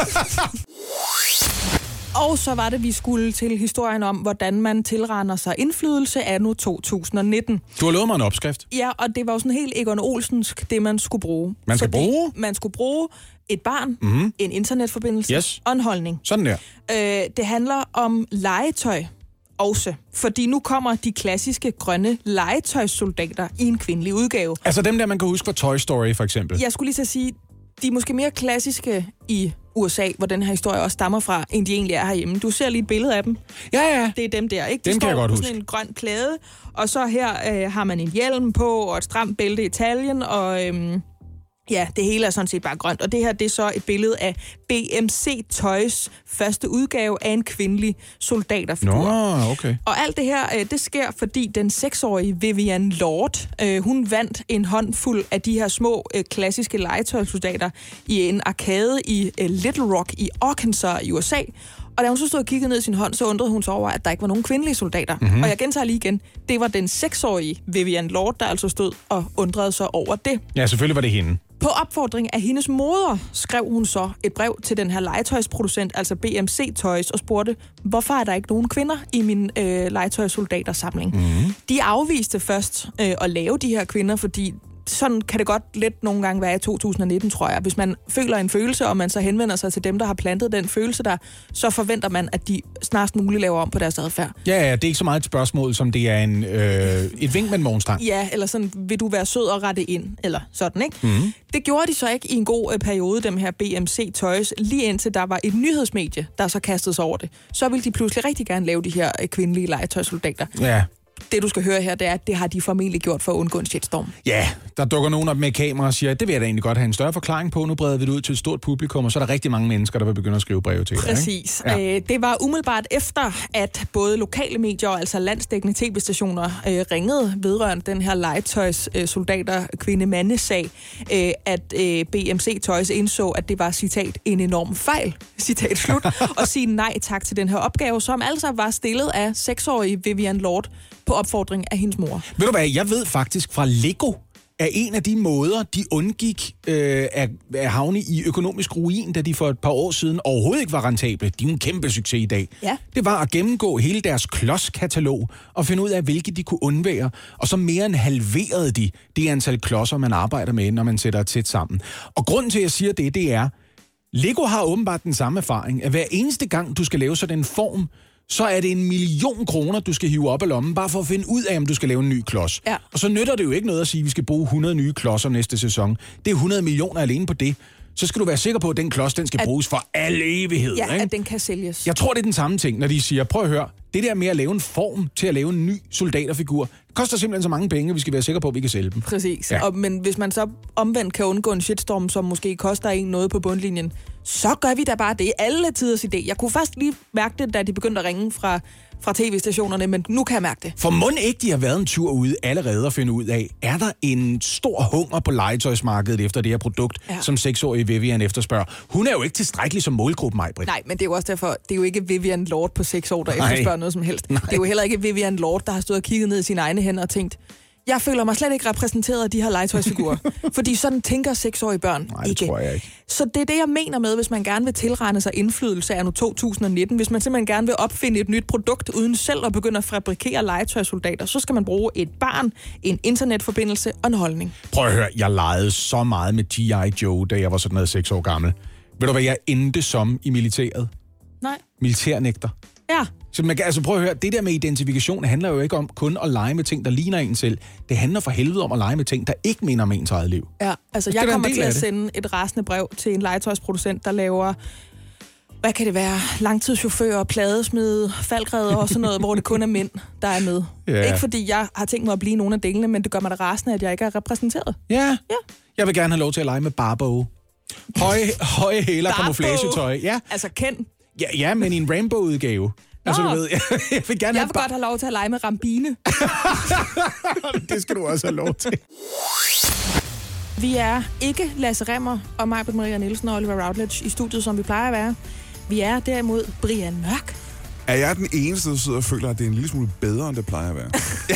Og så var det, vi skulle til historien om, hvordan man tilrander sig indflydelse anno to tusind og nitten. Du har lovet mig en opskrift. Ja, og det var jo sådan helt Egon Olsensk, det man skulle bruge. Man skal Fordi bruge? Man skulle bruge et barn, mm-hmm. en internetforbindelse yes. og en holdning. Sådan der. Øh, det handler om legetøj også. Fordi nu kommer de klassiske grønne legetøjssoldater i en kvindelig udgave. Altså dem der, man kan huske fra Toy Story for eksempel. Jeg skulle lige så sige, de er måske mere klassiske i U S A, hvor den her historie også stammer fra, end de egentlig er herhjemme. Du ser lige et billede af dem. Ja, ja. Det er dem der, ikke? De dem står kan jeg godt på huske. sådan en grøn klæde, og så her øh, har man en hjelm på, og et stramt bælte i taljen, og øhm, ja, det hele er sådan set bare grønt. Og det her, det er så et billede af B M C Toys første udgave af en kvindelig soldaterfigur. Nå, okay. Og alt det her, øh, det sker, fordi den seksårige Vivian Lord, øh, hun vandt en håndfuld af de her små øh, klassiske legetøjssoldater i en arkade i øh, Little Rock i Arkansas i U S A. Og da hun så stod og kiggede ned i sin hånd, så undrede hun sig over, at der ikke var nogen kvindelige soldater. Mm-hmm. Og jeg gentager lige igen, det var den seksårige Vivian Lord, der altså stod og undrede sig over det. Ja, selvfølgelig var det hende. På opfordring af hendes moder skrev hun så et brev til den her legetøjsproducent, altså B M C Toys, og spurgte, hvorfor er der ikke nogen kvinder i min øh, legetøjssoldatersamling? Mm-hmm. De afviste først øh, at lave de her kvinder, fordi sådan kan det godt lidt nogle gange være i to tusind og nitten, tror jeg. Hvis man føler en følelse, og man så henvender sig til dem, der har plantet den følelse der, så forventer man, at de snarest muligt laver om på deres adfærd. Ja, ja, det er ikke så meget et spørgsmål, som det er en, øh, et vink med en morgenstang. Ja, eller sådan, vil du være sød og rette ind, eller sådan, ikke? Mm-hmm. Det gjorde de så ikke i en god øh, periode, dem her B M C Toys, lige indtil der var et nyhedsmedie, der så kastede sig over det. Så ville de pludselig rigtig gerne lave de her øh, kvindelige legetøjssoldater. Ja. Det, du skal høre her, det er, at det har de formentlig gjort for at undgå en shitstorm. Ja, der dukker nogen op med kamera og siger, det vil jeg da egentlig godt have en større forklaring på. Nu breder vi det ud til et stort publikum, og så er der rigtig mange mennesker, der vil begynde at skrive breve til. Præcis. Ja. Øh, det var umiddelbart efter, at både lokale medier og altså landsdækkende tv-stationer øh, ringede vedrørende den her legetøjssoldater-kvinde-mande-sag, øh, at øh, B M C Toys indså, at det var, citat, en enorm fejl, citat slut, og sige nej tak til den her opgave, som altså var stillet af seksårige Vivian Lord på opfordring af hendes mor. Ved du hvad, jeg ved faktisk fra Lego, er en af de måder, de undgik øh, at, at havne i økonomisk ruin, da de for et par år siden overhovedet ikke var rentable. De er en kæmpe succes i dag. Ja. Det var at gennemgå hele deres klodskatalog og finde ud af, hvilke de kunne undvære. Og så mere end halverede de det antal klodser, man arbejder med, når man sætter tæt sammen. Og grunden til, at jeg siger det, det er, Lego har åbenbart den samme erfaring, at hver eneste gang, du skal lave sådan en form så er det en million kroner, du skal hive op af lommen, bare for at finde ud af, om du skal lave en ny klods. Ja. Og så nytter det jo ikke noget at sige, at vi skal bruge hundrede nye klodser næste sæson. Det er hundrede millioner alene på det. Så skal du være sikker på, at den klods, den skal at, bruges for al evighed. Ja, ikke? At den kan sælges. Jeg tror, det er den samme ting, når de siger, prøv at høre, det der med at lave en form til at lave en ny soldaterfigur, koster simpelthen så mange penge, at vi skal være sikre på, at vi kan sælge dem. Præcis. Ja. Og, men hvis man så omvendt kan undgå en shitstorm, som måske koster en noget på bundlinjen, så gør vi da bare det. Alle tiders idé. Jeg kunne først lige mærke det, da de begyndte at ringe fra, fra tv-stationerne, men nu kan jeg mærke det. For må ikke de har været en tur ude allerede og finde ud af, er der en stor hunger på legetøjsmarkedet efter det her produkt, ja. som seksårige Vivian efterspørger? Hun er jo ikke tilstrækkelig som målgruppe, Maj-Brit. Nej, men det er jo også derfor, det er jo ikke Vivian Lord på seks år, der Nej. efterspørger noget som helst. Nej. Det er jo heller ikke Vivian Lord, der har stået og kigget ned i sine egne hænder og tænkt, jeg føler mig slet ikke repræsenteret af de her legetøjsfigurer. Fordi sådan tænker seksårige børn Nej, ikke. tror jeg ikke. Så det er det, jeg mener med, hvis man gerne vil tilregne sig indflydelse af nu to tusind nitten. Hvis man simpelthen gerne vil opfinde et nyt produkt, uden selv at begynde at fabrikere legetøjssoldater, så skal man bruge et barn, en internetforbindelse og en holdning. Prøv at høre, jeg legede så meget med G I Joe, da jeg var sådan noget seks år gammel. Ved du, hvad jeg endte som i militæret? Nej. Militærnægter. Ja. Så man kan, altså prøv at høre, det der med identifikation handler jo ikke om kun at lege med ting, der ligner en selv. Det handler for helvede om at lege med ting, der ikke minder om ens eget liv. Ja, altså jeg kommer til at sende et rasende brev til en legetøjsproducent, der laver, hvad kan det være, langtidschauffører, pladesmede, faldgræder og sådan noget, hvor det kun er mænd, der er med. Ja. Ikke fordi jeg har tænkt mig at blive nogen af delene, men det gør mig da rasende, at jeg ikke er repræsenteret. Ja. ja. Jeg vil gerne have lov til at lege med Barbo. Høje, høje hæler, camouflagetøj. Ja. Altså Ken. Ja, ja, men i en Rainbow-udgave. Altså, du ved, jeg, jeg vil gerne jeg have vil godt have lov til at lege med Rambine. Det skal du også have lov til. Vi er ikke Lasse Remmer og Maj-Brit Maria Nielsen og Oliver Routledge i studiet, som vi plejer at være. Vi er derimod Brian Mørk. Er jeg den eneste, der sidder og føler, at det er en lille smule bedre, end det plejer at være?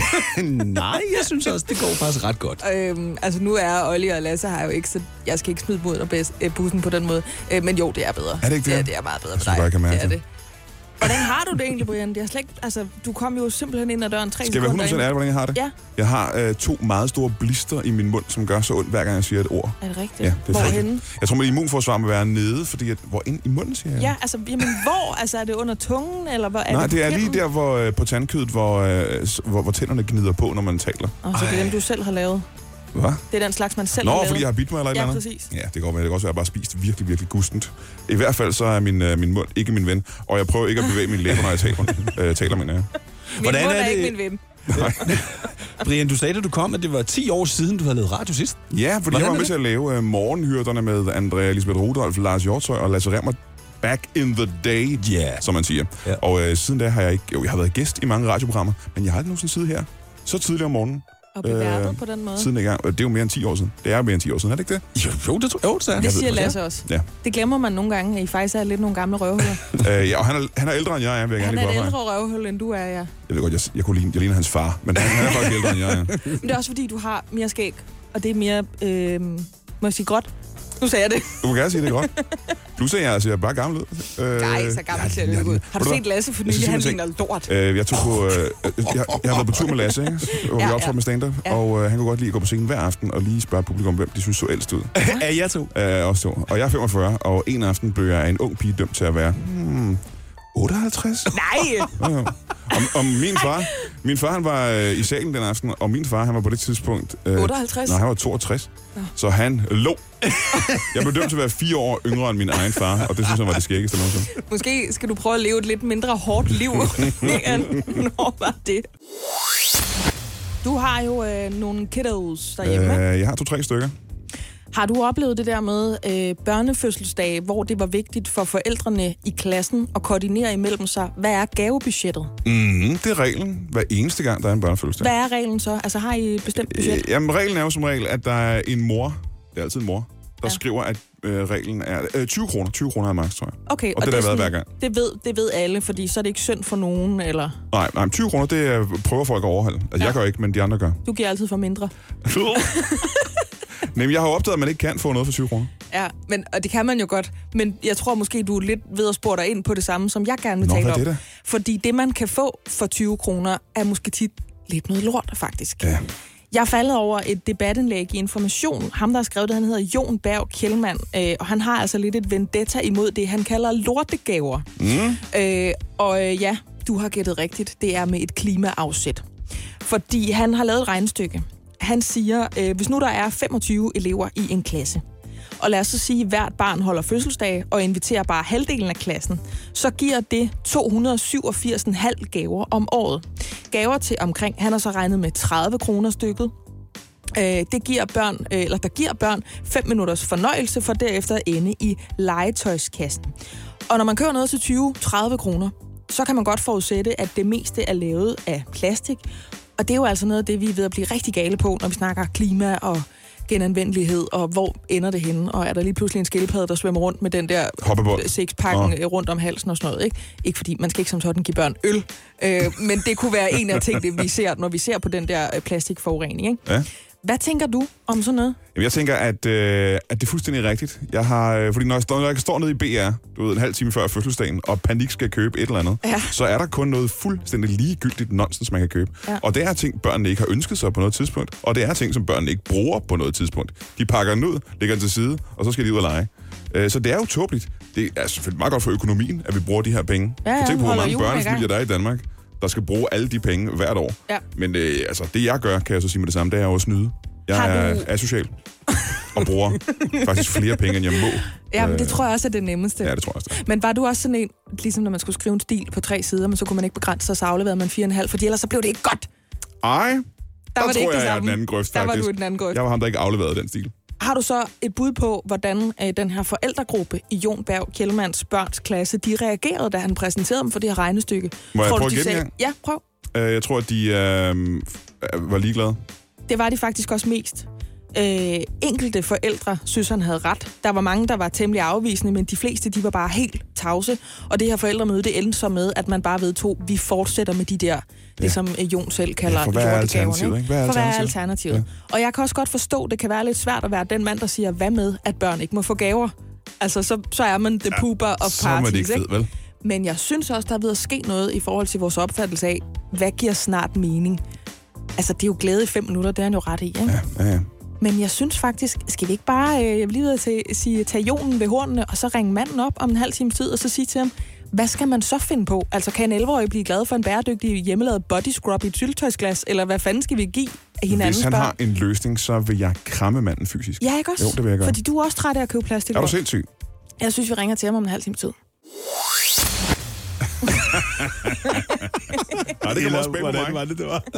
Nej, jeg synes også, det går faktisk ret godt. Øhm, altså nu er Olli og Lasse her jo ikke, så jeg skal ikke smide mod og bussen på den måde. Øh, men jo, det er bedre. Er det ikke det? Ja, det er meget bedre for dig. Det er det. Hvordan har du det egentlig, Brian? Det er slet ikke, altså, du kom jo simpelthen ind ad døren tre Skal jeg være hundrede procent ærlig, hvordan jeg har det? Ja. Jeg har øh, to meget store blister i min mund, som gør så ondt, hver gang jeg siger et ord. Er det rigtigt? Ja, det er Hvorhenne? Jeg tror, mit immunforsvar må være nede, fordi at, hvor ind i munden, siger jeg. Ja, altså, jamen, hvor? Altså, er det under tungen, eller hvor er Nej, det det er lige der, hvor øh, på tandkødet, hvor, øh, hvor, hvor tænderne gnider på, når man taler. Og så det er dem, du selv har lavet. Hvad? Det er den slags, man selv Nå, har lavet. fordi jeg har bidt mig eller et ja, eller andet? Præcis. Ja, det går med. Det kan også være, at jeg bare spist virkelig, virkelig gustent. I hvert fald så er min, øh, min mund ikke min ven, og jeg prøver ikke at bevæge mine læber, når jeg taler, øh, taler med Min Hvordan mund er, er det... ikke min ven. Brian, du sagde, da du kom, at det var ti år siden, du havde lavet radio sidst. Ja, fordi Hvordan jeg var med til at lave uh, Morgenhyrderne med Andrea Elisabeth Rudolph, Lars Hjortøj og Lasse Remmer. Back in the day, yeah. som man siger. Yeah. Og uh, siden da har jeg ikke... Jo, jeg har været gæst i mange radioprogrammer, men jeg har aldrig nogensinde siddet her så tidligt om morgenen. Og beværtet øh, på den måde. Siden ikke. Det er jo mere end ti år siden. Det er mere end ti år siden, er det ikke det? Jo, jo det tror jeg. Jo, det, det siger Lasse også. Ja. Det glemmer man nogle gange, at I faktisk er lidt nogle gamle røvhuller. øh, ja, og han er, han er ældre end jeg er, vil jeg han gerne lige Han er et ældre røvhul, end du er, ja. Jeg ved godt, jeg, jeg, kunne ligne, jeg ligner hans far, men han, han er faktisk ældre end jeg er. Men det er også fordi, du har mere skæg, og det er mere, øh, må jeg sige, gråt. Nu sagde jeg det. Du må gerne sige det godt. Plus at jeg ser bare gammel ud. Øh, Nej, så gammel ser det ud. Har du set Lasse for nylig? Han ligner lort. Øh, jeg tog på... Øh, jeg, jeg har været på tur med Lasse, ikke? Hvor ja, vi optrådte ja. med stand-up. Ja. Og øh, han kunne godt lide at gå på scenen hver aften og lige spørge publikum, hvem de synes så ældst ud. Er jeg to? Øh, også to. Og jeg er femogfyrre, og en aften blev jeg en ung pige dømt til at være... Hmm, otteoghalvtreds? Nej! Ja, ja. Og, og min far, min far han var øh, i salen den aften, og min far han var på det tidspunkt... Øh, otteoghalvtreds? Nej, han var toogtres. Ja. Så han lå. Jeg blev dømt til at være fire år yngre end min egen far, og det synes jeg var det skæggeste nogensinde. Måske skal du prøve at leve et lidt mindre hårdt liv, når var det. Du har jo øh, nogle kiddos derhjemme. Øh, jeg har to-tre stykker. Har du oplevet det der med øh, børnefødselsdage, hvor det var vigtigt for forældrene i klassen at koordinere imellem sig? Hvad er gavebudgettet? Mm, det er reglen hver eneste gang, der er en børnefødselsdag. Hvad er reglen så? Altså har I et bestemt budget? Øh, jamen, reglen er jo som regel, at der er en mor, det er altid en mor, der ja. skriver, at øh, reglen er øh, tyve kroner. tyve kroner er maks, tror jeg. Okay, og, og det, det har været hver gang. Det ved, det ved alle, fordi så er det ikke synd for nogen, eller? Nej, nej, tyve kroner, det er, prøver folk at overholde. Altså, ja. Jeg gør ikke, men de andre gør. Du giver altid for mindre. Nej, jeg har jo opdaget, at man ikke kan få noget for tyve kroner. Ja, men, og det kan man jo godt. Men jeg tror måske, du er lidt ved at spore dig ind på det samme, som jeg gerne vil Nå, tale om. Det Fordi det, man kan få for tyve kroner, er måske tit lidt noget lort, faktisk. Ja. Jeg er faldet over et debatindlæg i Information. Ham, der har skrevet det, han hedder Jon Berg Kjellmann, øh, og han har altså lidt et vendetta imod det, han kalder lortegaver. Mm. Øh, og øh, ja, du har gættet rigtigt. Det er med et klimaafsæt. Fordi han har lavet et regnestykke. Han siger, øh, hvis nu der er femogtyve elever i en klasse, og lad os så sige, at hvert barn holder fødselsdag og inviterer bare halvdelen af klassen, så giver det to hundrede syvogfirs komma fem gaver om året. Gaver til omkring, han har så regnet med tredive kroner stykket. Øh, det giver børn, øh, eller der giver børn fem minutters fornøjelse for derefter at ende i legetøjskassen. Og når man kører noget til tyve til tredive kroner, så kan man godt forudsætte, at det meste er lavet af plastik. Og det er jo altså noget af det, vi er ved at blive rigtig gale på, når vi snakker klima og genanvendelighed, og hvor ender det henne? Og er der lige pludselig en skildpadde, der svømmer rundt med den der sexpakken oh. rundt om halsen og sådan noget, ikke? Ikke fordi, man skal ikke som sådan give børn øl, øh, men det kunne være en af tingene, vi ser, når vi ser på den der plastikforurening, ikke? Ja. Hvad tænker du om sådan noget? Jamen, jeg tænker, at, øh, at det er fuldstændig rigtigt. Jeg har, øh, fordi når jeg, står, når jeg står nede i B R, du ved, en halv time før fødselsdagen, og panik skal købe et eller andet, ja. så er der kun noget fuldstændig ligegyldigt nonsens, man kan købe. Ja. Og det er ting, børnene ikke har ønsket sig på noget tidspunkt, og det er ting, som børnene ikke bruger på noget tidspunkt. De pakker den ud, lægger den til side, og så skal de ud og lege. Øh, så det er jo tåbeligt. Det er selvfølgelig meget godt for økonomien, at vi bruger de her penge. Ja, ja, tænk på, hvor mange børnefamilier der er i Danmark, der skal bruge alle de penge hvert år. Ja. Men øh, altså, det jeg gør, kan jeg så sige med det samme, det er jo at snyde. Jeg er du... asocial og bruger faktisk flere penge, end jeg må. Ja, men det tror jeg også er det nemmeste. Ja, det tror jeg også. Men var du også sådan en, ligesom når man skulle skrive en stil på tre sider, men så kunne man ikke begrænse sig, så afleverede man fire og en halv, fordi ellers så blev det ikke godt. Ej, der, der var tror jeg, jeg er den anden grøft, Der faktisk. var du den anden grøft. Jeg var ham, der ikke afleverede den stil. Har du så et bud på, hvordan øh, den her forældregruppe i Jon Berg Kjellmans børns klasse, de reagerede, da han præsenterede dem for det her regnestykke? Må jeg tror, prøve du, at gætte sagde... Ja, prøv. Uh, jeg tror, at de uh, var ligeglade. Det var de faktisk også mest. Øh, enkelte forældre synes, han havde ret. Der var mange, der var temmelig afvisende, men de fleste, de var bare helt tavse. Og det her forældremøde, det endte så med, at man bare vedtog, vi fortsætter med de der, ja. det som Jon selv kalder ja, for hvad er alternativet? Ikke? Hvad er for alternativet? hvad er alternativet? Ja. Og jeg kan også godt forstå, det kan være lidt svært at være den mand, der siger, hvad med, at børn ikke må få gaver? Altså, så, så er man the pooper ja, of parties, ikke? Fed, vel? Men jeg synes også, der er ved at ske noget i forhold til vores opfattelse af, hvad giver snart mening? Altså, det er jo glæde i fem minutter, det er han jo ret i, ikke? Ja, ja, ja. Men jeg synes faktisk, skal vi ikke bare, øh, jeg vil lige ved at sige, tage Jonen ved hornene, og så ringe manden op om en halv time tid, og så sige til ham, hvad skal man så finde på? Altså, kan en elleve-årig blive glad for en bæredygtig hjemmelavet body scrub i et syltetøjsglas, eller hvad fanden skal vi give hinanden? Hvis han spørg? har en løsning, så vil jeg kramme manden fysisk. Ja, ikke også? Jo, det vil jeg gøre. Fordi du er også træt af at købe plastik. Er du sindssyg? Jeg synes, vi ringer til ham om en halv time tid. Nej, det kan også spænde på mig. Var det, det var?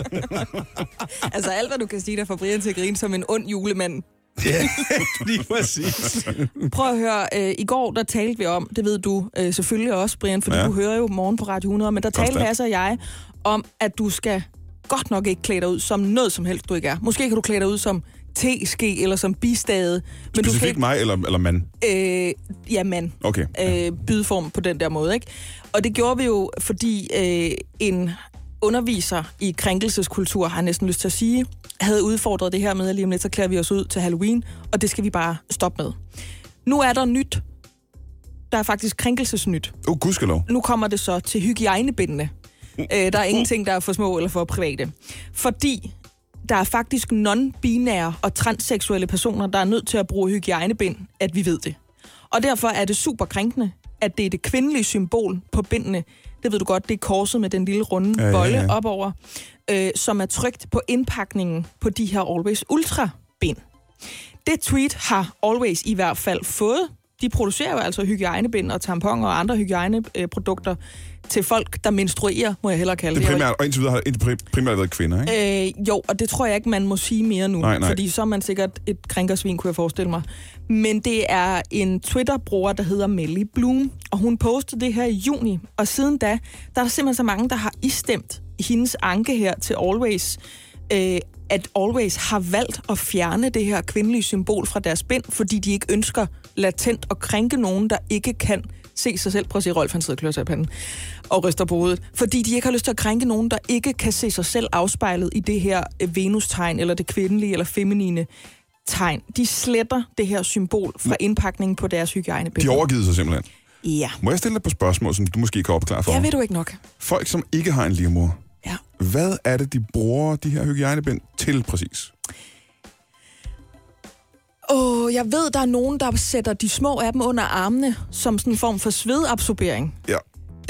Altså, alt, hvad du kan sige, der får Brian til at grine som en ond julemand. Ja, lige præcis. Prøv at høre, øh, i går, der talte vi om, det ved du øh, selvfølgelig også, Brian, fordi ja. du hører jo morgen på Radio hundrede, men der talte Lasse og jeg om, at du skal godt nok ikke klæde dig ud som noget som helst, du ikke er. Måske kan du klæde dig ud som teske eller som bistade. Men specifikt du ikke... mig eller, eller mand? Øh, ja, mand. Okay. Øh, bydeform på den der måde, ikke? Og det gjorde vi jo, fordi øh, en underviser i krænkelseskultur, har jeg næsten lyst til at sige, havde udfordret det her med, at lige om lidt, så klæder vi os ud til Halloween, og det skal vi bare stoppe med. Nu er der nyt. Der er faktisk krænkelsesnyt. Åh, oh, gudskelov. Nu kommer det så til hygiejnebindene. Uh. Øh, der er ingenting, der er for små eller for private. Fordi der er faktisk non-binære og transseksuelle personer, der er nødt til at bruge hygiejnebind, at vi ved det. Og derfor er det super krænkende, at det er det kvindelige symbol på bindene. Det ved du godt, det er korset med den lille runde ja, bolle ja, ja. opover, øh, som er trykt på indpakningen på de her Always Ultra-bind. Det tweet har Always i hvert fald fået. De producerer jo altså hygiejnebind og tamponer og andre hygiejneprodukter til folk, der menstruerer, må jeg hellere kalde det. Det primært, og indtil videre har det primært været kvinder, ikke? Øh, jo, og det tror jeg ikke, man må sige mere nu, nej, nej. Fordi så er man sikkert et krænkersvin, kunne jeg forestille mig. Men det er en Twitter-bruger, der hedder Melly Bloom, og hun postede det her i juni, og siden da, der er der simpelthen så mange, der har istemt hendes anke her til Always, øh, at Always har valgt at fjerne det her kvindelige symbol fra deres bind, fordi de ikke ønsker latent at krænke nogen, der ikke kan se sig selv. Prøv at se, Rolf, han sidder og klør sig i panden og ryster på hovedet. Fordi de ikke har lyst til at krænke nogen, der ikke kan se sig selv afspejlet i det her Venus-tegn, eller det kvindelige eller feminine tegn. De sletter det her symbol fra indpakningen på deres hygiejnebind. De overgivet sig simpelthen? Ja. Må jeg stille dig på spørgsmål, som du måske kan opklare for mig? Ja, ved du ikke nok. Folk, som ikke har en livmor, ja. Hvad er det, de bruger de her hygiejnebind til præcis? Åh, oh, jeg ved, der er nogen, der sætter de små af dem under armene som sådan en form for svedabsorbering. Ja. Det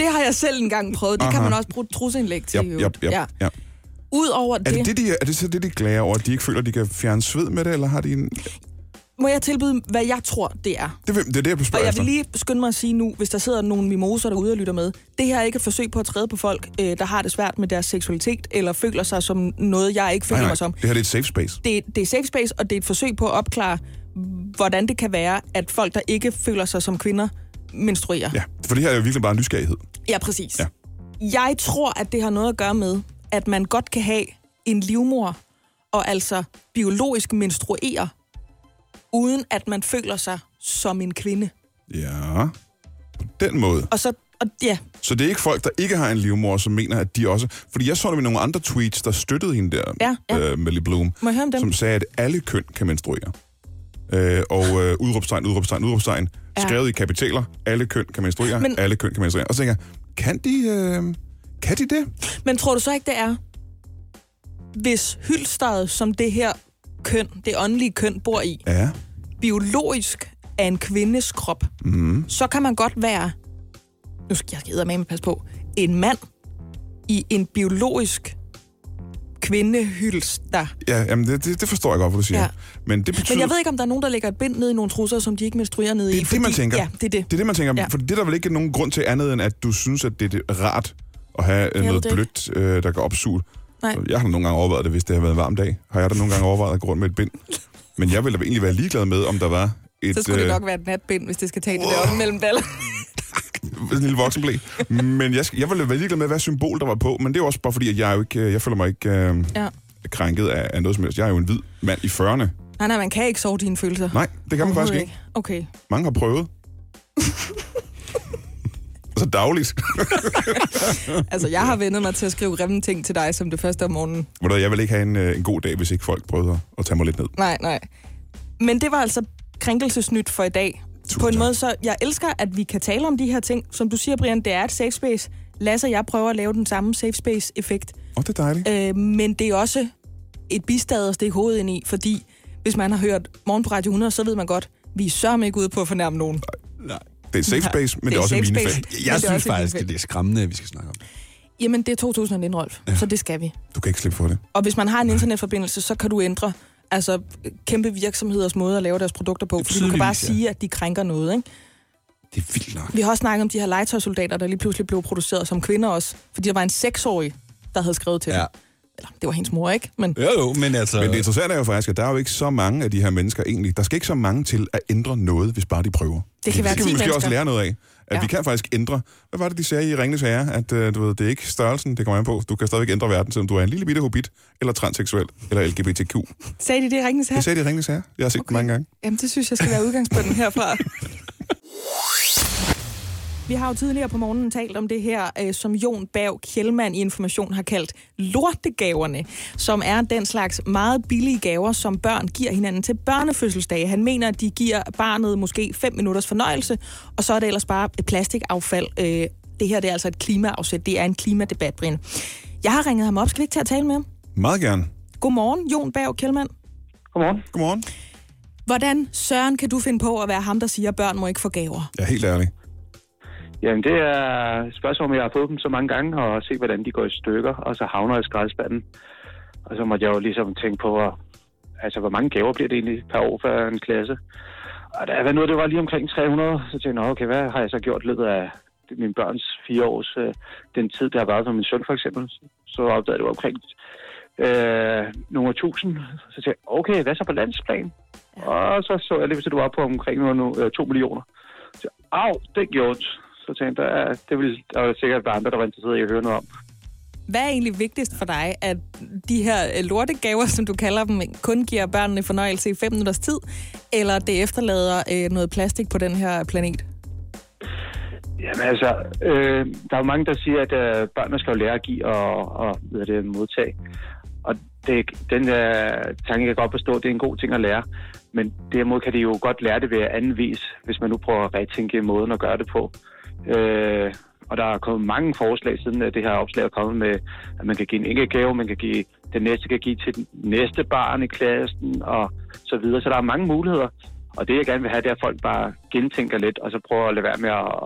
Det har jeg selv engang prøvet. Det Aha. kan man også bruge trusindlæg til. Yep, yep, yep, ja. Ja. Udover er det... det, det de, er det så det, de klager over, at de ikke føler, at de kan fjerne sved med det, eller har de en... Må jeg tilbyde, hvad jeg tror, det er? Det, det er det, jeg spørger Og jeg vil lige skynde mig at sige nu, hvis der sidder nogle mimoser derude og lytter med, det her er ikke et forsøg på at træde på folk, øh, der har det svært med deres seksualitet, eller føler sig som noget, jeg ikke føler nej, nej. mig som. Det her det er et safe space. Det, det er safe space, og det er et forsøg på at opklare, hvordan det kan være, at folk, der ikke føler sig som kvinder, menstruerer. Ja, for det her er jo virkelig bare nysgerrighed. Ja, præcis. Ja. Jeg tror, at det har noget at gøre med, at man godt kan have en livmor, og altså biologisk menstruere, uden at man føler sig som en kvinde. Ja, på den måde. Og så, og, ja. Så det er ikke folk, der ikke har en livmor, som mener, at de også... Fordi jeg så det med nogle andre tweets, der støttede hende der, ja, ja. Øh, Melly Bloom, Må jeg høre om dem? som sagde, at alle køn kan menstruere. Øh, og øh, udråbstegn, udråbstegn, udråbstegn, ja. Skrevet i kapitaler, alle køn kan menstruere, Men... alle køn kan menstruere. Og så tænker jeg, kan de, øh, kan de det? Men tror du så ikke, det er, hvis hyldstedet, som det her køn, det åndelige køn, bor i, ja. biologisk er en kvindes krop, mm. så kan man godt være, nu skal jeg eddermame med passe på, en mand i en biologisk kvindehylster. Ja, jamen det, det, det forstår jeg godt, hvad du siger. Ja. Men, det betyder... Men jeg ved ikke, om der er nogen, der lægger et bind ned i nogle trusser, som de ikke menstruerer ned i. Det er fordi... det, man tænker. Ja, det er det. Det er det, man tænker. Ja. For det er der vel ikke nogen grund til andet, end at du synes, at det er rart at have jeg noget blødt, øh, der kan opsuge. Nej. Jeg har nogle gange overvejet det, hvis det har været en varm dag. Har jeg da nogle gange overvejet at gå rundt med et bind. Men jeg ville da egentlig være ligeglad med, om der var et... Så skulle det nok være et natbind, hvis det skal tage det der op mellem baller. En lille voksenblæ. Men jeg, jeg ville være ligeglad med, hvad symbol der var på. Men det er også bare fordi, at jeg, jo ikke, jeg føler mig ikke øh, ja. krænket af, af noget som helst. Jeg er jo en hvid mand i fyrrerne. Nej, nej, man kan ikke sove dine følelser. Nej, det kan man faktisk ikke. Okay. Mange har prøvet. Så dagligt. Altså, jeg har vendt mig til at skrive grimme ting til dig som det første om morgenen. Jeg vil ikke have en, en god dag, hvis ikke folk prøvede at tage mig lidt ned. Nej, nej. Men det var altså krænkelsesnyt for i dag. Tusind på en tak. Måde, så jeg elsker, at vi kan tale om de her ting. Som du siger, Brian, det er et safe space. Lasse og jeg prøver at lave den samme safe space-effekt. Åh, oh, det er dejligt. Øh, men det er også et bistad at stikke hovedet ind i, fordi hvis man har hørt Morgen på Radio hundrede, så ved man godt, vi er sørme ikke ude på at fornærme nogen. Nej, nej. Det er safe space, men det er, det er også en minefelt. Jeg, jeg synes faktisk, at det er skræmmende, at vi skal snakke om det. Jamen, det er to tusind nitten, Rolf, ja. Så det skal vi. Du kan ikke slippe for det. Og hvis man har en internetforbindelse, så kan du ændre altså, kæmpe virksomheders måde at lave deres produkter på, fordi du kan bare ja. sige, at de krænker noget, ikke? Det er vildt nok. Vi har også snakket om de her legetøjssoldater, der lige pludselig blev produceret som kvinder også, fordi der var en seksårig, der havde skrevet til ja. dem. Eller, det var hendes mor, ikke? Men... Jo, jo, men altså... Men det interessante er jo faktisk, at der er jo ikke så mange af de her mennesker egentlig. Der skal ikke så mange til at ændre noget, hvis bare de prøver. Det kan være det kan vi måske også lære noget af. At ja. vi kan faktisk ændre... Hvad var det, de sagde i Ringenes Herre? At uh, du ved, det er ikke størrelsen, det kommer an på. Du kan stadigvæk ændre verden, selvom du er en lille bitte hobbit, eller transseksuel, eller L G B T Q. Sagde de det i Ringenes Herre? Det sagde de i Ringenes Herre. Jeg har set okay. det mange gange. Jamen, det synes jeg skal være udgangspunkten herfra. Vi har jo tidligere på morgenen talt om det her, øh, som Jon Berg Kjellman i Information har kaldt lortegaverne, som er den slags meget billige gaver, som børn giver hinanden til børnefødselsdage. Han mener, at de giver barnet måske fem minutters fornøjelse, og så er det ellers bare et plastikaffald. Øh, det her det er altså et klimaafsæt. Det er en klimadebat, Brian. Jeg har ringet ham op. Skal vi ikke til at tale med ham? Meget gerne. Godmorgen, Jon Berg Kjellman. Godmorgen. Godmorgen. Hvordan, Søren, kan du finde på at være ham, der siger, at børn må ikke få gaver? Ja, helt ærligt. Jamen, det er et spørgsmål, om jeg har fået dem så mange gange, og se, hvordan de går i stykker, og så havner i skraldespanden. Og så måtte jeg jo ligesom tænke på, altså, hvor mange gaver bliver det egentlig per år for en klasse? Og der var noget, det var lige omkring tre hundrede, så tænkte jeg, okay, hvad har jeg så gjort i løbet af min børns fire års, øh, den tid, der har været for min søn for eksempel? Så opdagede det var omkring øh, nogle tusind. Så tænkte jeg, okay, hvad så på landsplan? Ja. Og så så jeg lige, hvis det var på omkring nogle, øh, to millioner. Så au, det gjorde. Så tænkte jeg, det ville der var sikkert være andre, der var interesseret i at høre noget om. Hvad er egentlig vigtigst for dig, at de her lortegaver, som du kalder dem, kun giver børnene fornøjelse i fem minutters tid, eller det efterlader øh, noget plastik på den her planet? Jamen altså, øh, der er jo mange, der siger, at øh, børnene skal jo lære at give og, og hvad er det, modtage. Og det, den der tanke, jeg kan godt forstå, det er en god ting at lære. Men derimod kan de jo godt lære det ved anden vis, hvis man nu prøver at retænke måden at gøre det på. Øh, og der er kommet mange forslag, siden at det her opslag er kommet med, at man kan give en enkelt gave, man kan give, den næste kan give til den næste barn i klassen, og så videre. Så der er mange muligheder. Og det, jeg gerne vil have, det er, at folk bare gentænker lidt, og så prøver at lade være med at, at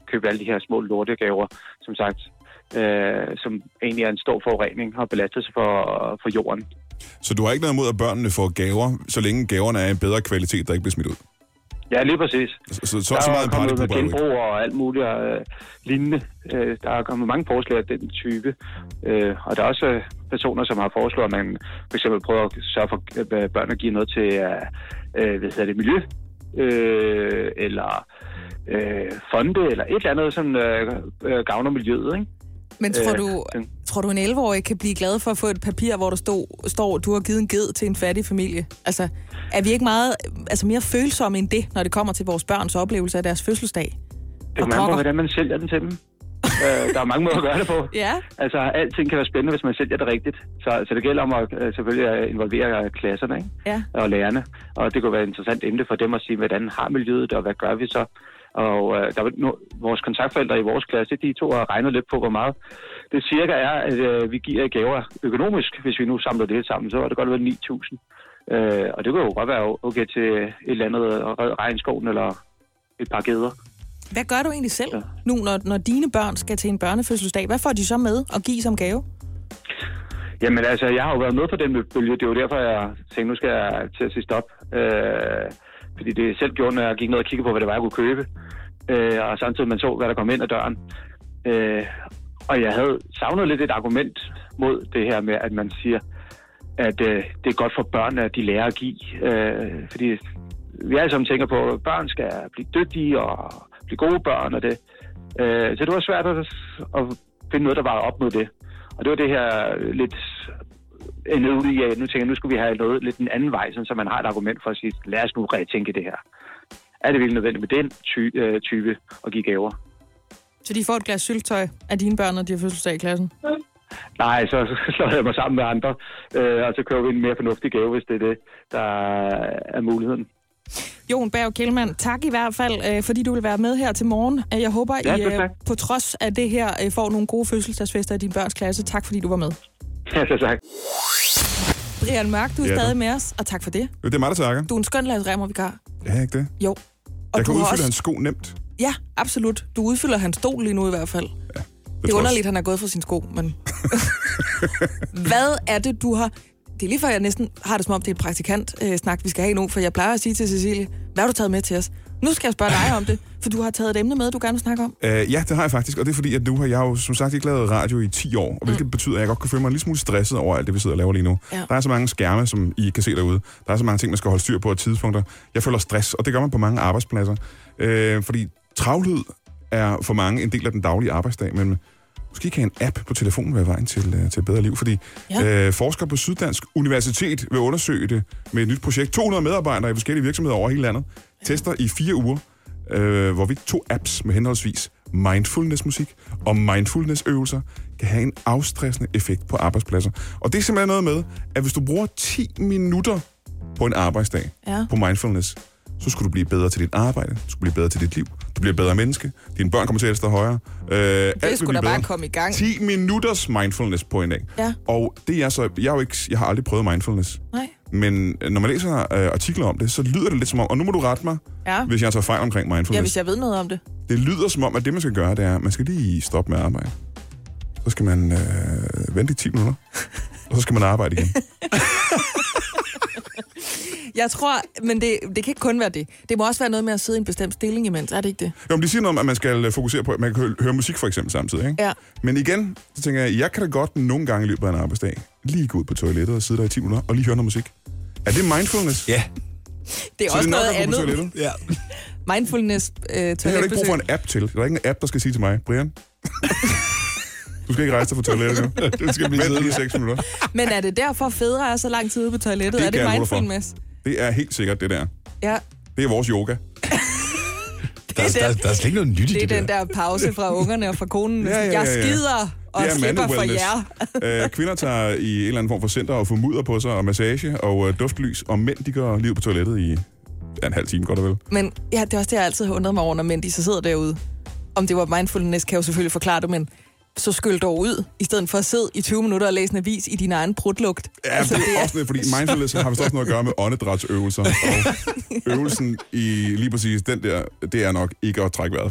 købe alle de her små lortegaver, som sagt, øh, som egentlig er en stor forurening og belastelse for, for jorden. Så du har ikke noget imod, at børnene får gaver, så længe gaverne er en bedre kvalitet, der ikke bliver smidt ud? Ja, lige præcis. Så, så, så, der så er meget kommet med genbrug og alt muligt øh, lignende. Øh, der er kommet mange forslag af den type. Øh, og der er også øh, personer, som har foreslået, at man for eksempel prøver at sørge for, at børn at give noget til øh, hvad hedder det, miljø, øh, eller øh, fonde, eller et eller andet, som øh, øh, gavner miljøet, ikke? Men tror du, øh, tror du en elleve-årig kan blive glad for at få et papir, hvor der stod, står, du har givet en ged til en fattig familie? Altså, er vi ikke meget altså mere følsomme end det, når det kommer til vores børns oplevelse af deres fødselsdag? Det kommer an på, hvordan man sælger den til dem. øh, der er mange måder at gøre det på. Ja. Altså, alting kan være spændende, hvis man sælger det rigtigt. Så, så det gælder om at uh, selvfølgelig at involvere klasserne, ikke? Ja. Og lærerne. Og det kunne være et interessant emne for dem at sige, hvordan har miljøet det, og hvad gør vi så? Og uh, der var no, vores kontaktforældre i vores klasse, de to har regnet lidt på, hvor meget det cirka er, at uh, vi giver i gaver økonomisk. Hvis vi nu samler det hele sammen, så var det godt være ni tusind. Uh, og det kunne jo godt være okay til et eller andet regnskoven eller et par geder. Hvad gør du egentlig selv, ja. nu når, når dine børn skal til en børnefødselsdag? Hvad får de så med at give som gave? Jamen altså, jeg har jo været med på den bølge. Det er jo derfor, jeg tænkte, nu skal jeg til at sige stop. Øh, fordi det selv gjorde, når jeg gik ned og kiggede på, hvad det var, jeg kunne købe. Øh, og samtidig man så, hvad der kom ind ad døren. Øh, og jeg havde savnet lidt et argument mod det her med, at man siger, at øh, det er godt for børn, at de lærer at give. Øh, fordi vi alle sammen tænker på, at børn skal blive dygtige og blive gode børn og det. Øh, så det var svært at, at finde noget, der var op mod det. Og det var det her lidt endet ud i, at nu tænker jeg, nu skulle vi have noget lidt en anden vej, sådan, så man har et argument for at sige, lad os nu retænke det her. Er det virkelig nødvendigt med den ty- øh, type at give gaver? Så de får et glas syltetøj af dine børn, når de har fødselsdag i klassen? Nej, så slår jeg mig sammen med andre, øh, og så kører vi en mere fornuftig gave, hvis det er det, der er muligheden. Jon Berg Kjellmann, tak i hvert fald, øh, fordi du vil være med her til morgen. Jeg håber, ja, I øh, på trods af det her øh, får nogle gode fødselsdagsfester i din børns klasse. Tak fordi du var med. Ja, så tak. Brian Mørk, du er ja, stadig med os, og tak for det. Det er mig, der takker. Du er en skøn Lasse Remmer-vikar. Ja, ikke det? Jo. Og jeg kan udfylde også... hans sko nemt. Ja, absolut. Du udfylder hans stol lige nu i hvert fald. Ja, det, det er underligt, at han er gået for sin sko, men... Hvad er det, du har... Det er lige før, jeg næsten har det som om, det er et praktikant-snak, vi skal have nu, for jeg plejer at sige til Cecilie, hvad har du taget med til os? Nu skal jeg spørge dig om det, for du har taget et emne med, du gerne vil snakke om. Uh, ja, det har jeg faktisk, og det er fordi, at nu har jeg jo som sagt ikke lavet radio i ti år, og hvilket mm. betyder, at jeg godt kan føle mig en lille smule stresset over alt det, vi sidder og laver lige nu. Ja. Der er så mange skærme, som I kan se derude. Der er så mange ting, man skal holde styr på af tidspunkter. Jeg føler stress, og det gør man på mange arbejdspladser. Uh, fordi travlhed er for mange en del af den daglige arbejdsdag, men måske kan en app på telefonen være vejen til, uh, til et bedre liv, fordi ja. øh, forskere på Syddansk Universitet vil undersøge det med et nyt projekt. to hundrede medarbejdere i forskellige virksomheder over hele landet ja. tester i fire uger, øh, hvorvidt to apps med henholdsvis mindfulness-musik og mindfulness-øvelser kan have en afstressende effekt på arbejdspladser. Og det er simpelthen noget med, at hvis du bruger ti minutter på en arbejdsdag ja. på mindfulness, så skulle du blive bedre til dit arbejde, du skulle blive bedre til dit liv, du bliver bedre menneske, dine børn kommer til at elske dig højere. Øh, det skulle da bare komme i gang. ti minutters mindfulness på en dag. Ja. Og det er så, jeg, er jo ikke, jeg har aldrig prøvet mindfulness. Nej. Men når man læser øh, artikler om det, så lyder det lidt som om, og nu må du rette mig, ja. hvis jeg tager fejl omkring mindfulness. Ja, hvis jeg ved noget om det. Det lyder som om, at det man skal gøre, det er, at man skal lige stoppe med at arbejde. Så skal man øh, vente i ti minutter, og så skal man arbejde igen. Jeg tror, men det, det kan ikke kun være det. Det må også være noget med at sidde i en bestemt stilling imens, er det ikke det? Jo, men de siger noget om, at man skal fokusere på, at man kan høre musik for eksempel samtidig, ikke? Ja. Men igen, så tænker jeg, jeg kan da godt nogle gange i løbet af en arbejdsdag lige gå ud på toilettet og sidde der i ti minutter og lige høre noget musik. Er det mindfulness? Ja. Det er så også det er noget andet. Ja. Mindfulness øh, toiletbesøg. Det har du ikke brug for en app til. Der er ikke en app, der skal sige til mig, Brian. Du skal ikke rejse dig fra toilettet nu. Du skal blive siddende i seks minutter. Men er det derfor fædre er så lang tid ude på toilettet? Det er det mindfulness? Det er helt sikkert det der. Ja. Det er vores yoga. der, der, der, der er slet ikke noget nyt i det. Det er det den der pause fra ungerne og fra konen. Ja, ja, ja, ja. Jeg skider og slipper for jer. uh, kvinder tager i en eller anden form for center og får mudder på sig og massage og uh, duftlys, og mænd de går liv på toilettet i ja, en halv time, godt og vel. Men ja, det er også det, jeg altid har undret mig over, når mænd de så sidder derude. Om det var mindfulness, kan jeg jo selvfølgelig forklare det, men så skyld dog ud, i stedet for at sidde i tyve minutter og læse en avis i din egen brudlugt. Ja, altså, det er også det, fordi mindfulness har vist også noget at gøre med åndedrætsøvelser. Og øvelsen i lige præcis den der, det er nok ikke at trække vejret, faktisk.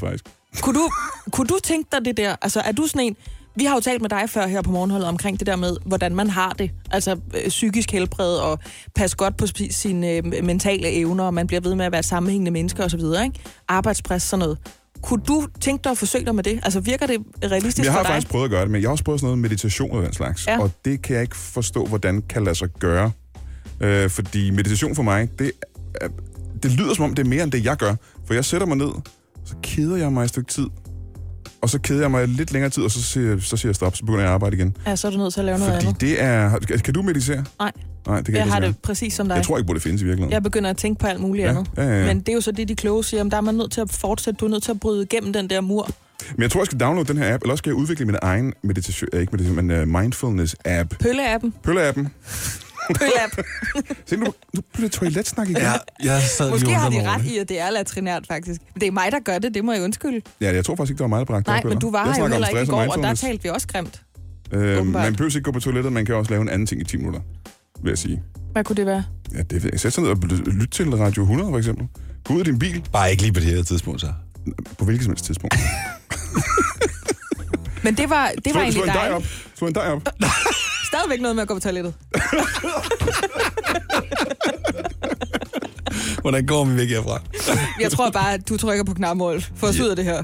Kunne du, kunne du tænke dig det der? Altså, er du sådan en... Vi har jo talt med dig før her på Morgenholdet omkring det der med, hvordan man har det. Altså øh, psykisk helbred og passe godt på sine øh, mentale evner, og man bliver ved med at være sammenhængende mennesker osv., ikke? Arbejdspres, sådan noget. Kunne du tænke dig at forsøge dig med det? Altså virker det realistisk for dig? Jeg har faktisk prøvet at gøre det, men jeg har også prøvet sådan noget meditation og den slags. Ja. Og det kan jeg ikke forstå, hvordan kan lade sig gøre. Øh, fordi meditation for mig, det, er, det lyder som om, det er mere end det, jeg gør. For jeg sætter mig ned, så keder jeg mig et stykke tid. Og så keder jeg mig lidt længere tid, og så siger, så siger jeg stop, så begynder jeg at arbejde igen. Ja, så er du nødt til at lave noget Fordi andet. det er... Kan du meditere? Nej. Nej, det kan jeg jeg har det præcis som dig. Jeg tror ikke på, det findes i virkeligheden. Jeg begynder at tænke på alt muligt ja, andet. Ja, ja, ja. Men det er jo så det, de kloge siger, om der er man nødt til at fortsætte, du er nødt til at bryde igennem den der mur. Men jeg tror, jeg skal downloade den her app, eller også skal jeg udvikle min egen meditation, ikke meditation, men uh, mindfulness-app. Pølle-appen. Pølle-appen. Pølle-app. Se, nu, nu bliver det toiletsnak igen. Ja, jeg Måske har de ret i, at det er latrinært, faktisk. Det er mig, der gør det, det må jeg undskylde. Ja, jeg tror faktisk ikke, der var mig, der bragte Nej, op, men du var her jo heller ikke i går, og der talte vi også grimt. Øh, man behøver ikke gå på toilettet, man kan også lave en anden ting i ti minutter, vil jeg sige. Hvad kunne det være? Ja, det ved jeg. Sæt sig ned og lyt til Radio hundrede, for eksempel. Gå ud af din bil. Bare ikke lige på det her tidspunkt, så. På hvilket som helst tidspunkt. Men det var, det var slå, egentlig slå en dej op. Slå en dej op. Stadigvæk noget med at gå på toilettet. Hvordan går vi væk herfra? Jeg tror bare, at du trykker på knapmål for at ud af det her.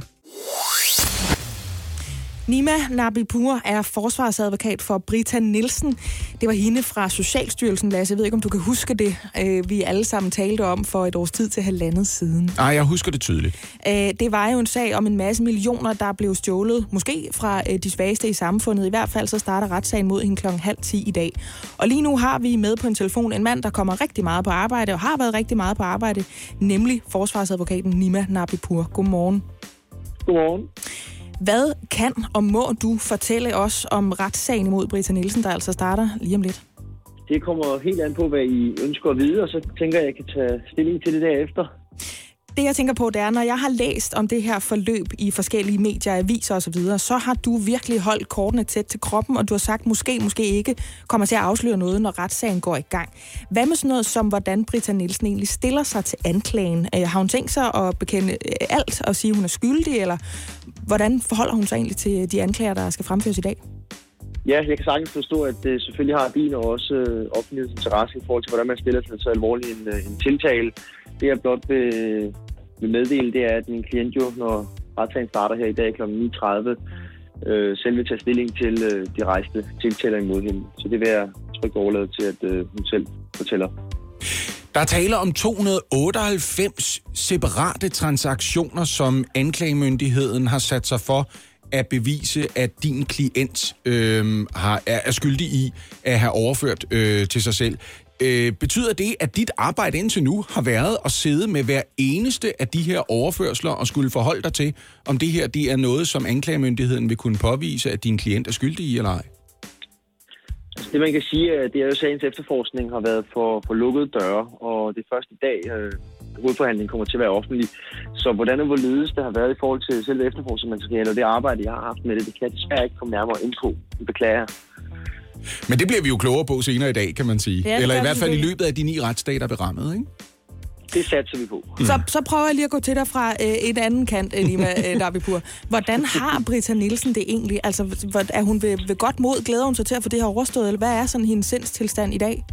Nima Nabipur er forsvarsadvokat for Britta Nielsen. Det var hende fra Socialstyrelsen, Lasse. Jeg ved ikke, om du kan huske det, vi alle sammen talte om for et års tid til halvandet siden. Nej, jeg husker det tydeligt. Det var jo en sag om en masse millioner, der blev stjålet. Måske fra de svageste i samfundet. I hvert fald så starter retssagen mod hende klokken halv ti i dag. Og lige nu har vi med på en telefon en mand, der kommer rigtig meget på arbejde og har været rigtig meget på arbejde. Nemlig forsvarsadvokaten Nima Nabipur. Godmorgen. Godmorgen. Hvad kan og må du fortælle os om retssagen imod Britta Nielsen, der altså starter lige om lidt? Det kommer helt an på, hvad I ønsker at vide, og så tænker jeg, at jeg kan tage stilling til det derefter. Det, jeg tænker på, det er, når jeg har læst om det her forløb i forskellige medier, aviser osv., så, så har du virkelig holdt kortene tæt til kroppen, og du har sagt, måske, måske ikke kommer til at afsløre noget, når retssagen går i gang. Hvad med sådan noget som, hvordan Britta Nielsen egentlig stiller sig til anklagen? Har hun tænkt sig at bekende alt og sige, at hun er skyldig, eller hvordan forholder hun sig egentlig til de anklager, der skal fremføres i dag? Ja, jeg kan sagtens forstå, at det selvfølgelig har din og også øh, offentlighedens interesse i forhold til, hvordan man stiller sig så alvorligt en, en tiltale. Det jeg blot vil, vil meddele, det er, at min klient jo, når retssagen starter her i dag klokken ni tredive, øh, selv vil tage stilling til øh, de rejste tiltaler imod hende. Så det vil jeg trygt overlade til, at øh, hun selv fortæller. Der er tale om to hundrede otteoghalvfems separate transaktioner, som anklagemyndigheden har sat sig for at bevise, at din klient øh, har, er, er skyldig i at have overført øh, til sig selv. Øh, betyder det, at dit arbejde indtil nu har været at sidde med hver eneste af de her overførsler og skulle forholde dig til, om det her det er noget, som anklagemyndigheden vil kunne påvise, at din klient er skyldig i eller ej? Det man kan sige, er, at det er jo sagens efterforskning har været for, for lukkede døre, og det er først i dag, øh, hovedforhandlingen kommer til at være offentlig. Så hvordan og hvorledes det har været i forhold til selve efterforskningsmaterialet og det arbejde, jeg har haft med det, det kan jeg desværre ikke komme nærmere ind på. Jeg beklager. Men det bliver vi jo klogere på senere i dag, kan man sige. Ja, eller i hvert fald i løbet af de ni retsdage, der er berammet, ikke? Det satser vi på. Mm. Så, så prøver jeg lige at gå til dig fra øh, et anden kant, Nima øh, Nabipur. Hvordan har Britta Nielsen det egentlig? Altså, er hun ved, ved godt mod? Glæder hun sig til at få det her overstået? Eller hvad er sådan hendes sindstilstand i dag?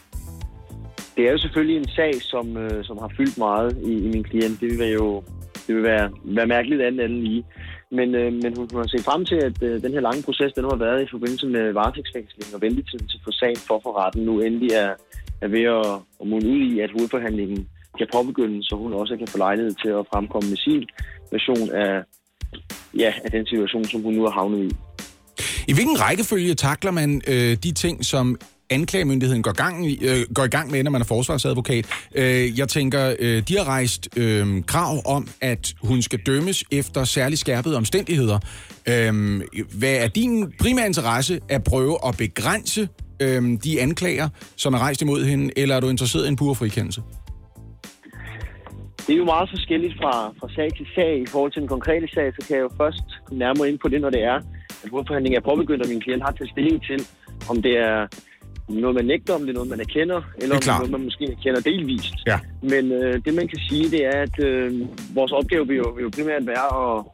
Det er jo selvfølgelig en sag, som, øh, som har fyldt meget i, i min klient. Det vil være jo det vil være, være mærkeligt andet end lige. Men, øh, men hun, hun har set frem til, at øh, den her lange proces, den har været i forbindelse med varetægtsfængsling og ventetiden til for sagen for for retten nu endelig er, er ved at, at munde ud i, at hovedforhandlingen kan påbegynde, så hun også kan få lejlighed til at fremkomme med sin version af, ja, af den situation, som hun nu er havnet i. I hvilken rækkefølge takler man øh, de ting, som anklagemyndigheden går, gang i, øh, går i gang med, når man er forsvarsadvokat? Øh, jeg tænker, øh, de har rejst øh, krav om, at hun skal dømmes efter særligt skærpede omstændigheder. Øh, hvad er din primære interesse at prøve at begrænse øh, de anklager, som er rejst imod hende, eller er du interesseret i en pur frikendelse? Det er jo meget forskelligt fra, fra sag til sag. I forhold til den konkrete sag, så kan jeg jo først komme nærmere ind på det, når det er, at hovedforhandlingen er påbegyndt, og min klient har taget stilling til, om det er noget, man nægter, om det er noget, man erkender, eller om det er noget, man måske erkender delvist. Ja. Men øh, det, man kan sige, det er, at øh, vores opgave vil jo, vil jo primært være at,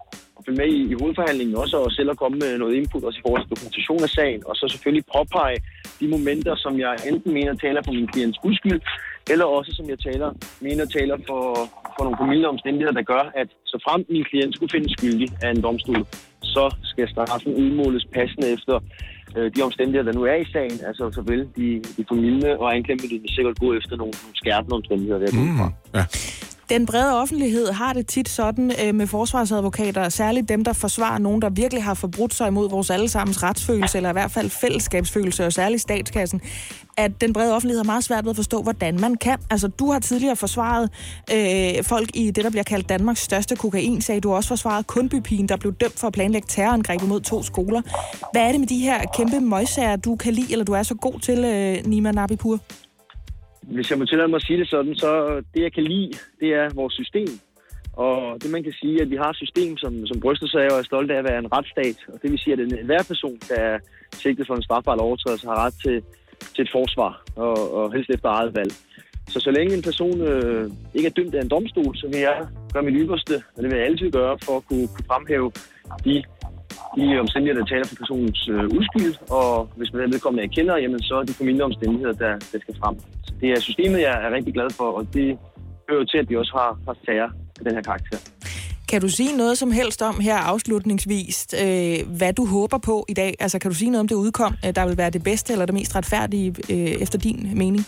følge med i, i hovedforhandlingen også, og selv at komme med noget input også i forhold til dokumentation af sagen, og så selvfølgelig påpege de momenter, som jeg enten mener taler for min klients uskyld, eller også som jeg taler, mener taler for, for nogle formildende omstændigheder, der gør, at så frem min klient skulle findes skyldig af en domstol, så skal straffen udmåles passende efter øh, de omstændigheder, der nu er i sagen, altså såvel de, de formildende og anklagemyndigheden vil sikkert gå efter nogle, nogle skærpende omstændigheder, der mm, ja. Den brede offentlighed har det tit sådan øh, med forsvarsadvokater, særligt dem, der forsvarer nogen, der virkelig har forbrudt sig imod vores allesammens retsfølelse, eller i hvert fald fællesskabsfølelse, og særligt statskassen, at den brede offentlighed har meget svært ved at forstå, hvordan man kan. Altså, du har tidligere forsvaret øh, folk i det, der bliver kaldt Danmarks største kokainsag. Du har også forsvaret Kundbypigen, der blev dømt for at planlægge terrorangreb imod to skoler. Hvad er det med de her kæmpe møgsager, du kan lide, eller du er så god til, øh, Nima Nabipur? Hvis jeg må tillade mig at sige det sådan, så det, jeg kan lide, det er vores system. Og det, man kan sige, at vi har et system, som, som bryster sig af og er stolt af at være en retsstat. Og det vil sige, at enhver person, der er sigtet for en strafbar overtrædelse, har ret til, til et forsvar, og, og helst efter eget valg. Så så længe en person øh, ikke er dømt af en domstol, så vil jeg gøre mit ypperste, og det vil jeg altid gøre, for at kunne, kunne fremhæve de, de omstændigheder, der taler for personens øh, uskyld. Og hvis man er vedkommende jeg kender, jamen, så er det formildende omstændigheder, der, der skal frem. Så det er systemet, jeg er rigtig glad for, og det hører til, at vi også har, har sager af den her karakter. Kan du sige noget som helst om her afslutningsvis, øh, hvad du håber på i dag? Altså, kan du sige noget om det udkom, der vil være det bedste eller det mest retfærdige øh, efter din mening?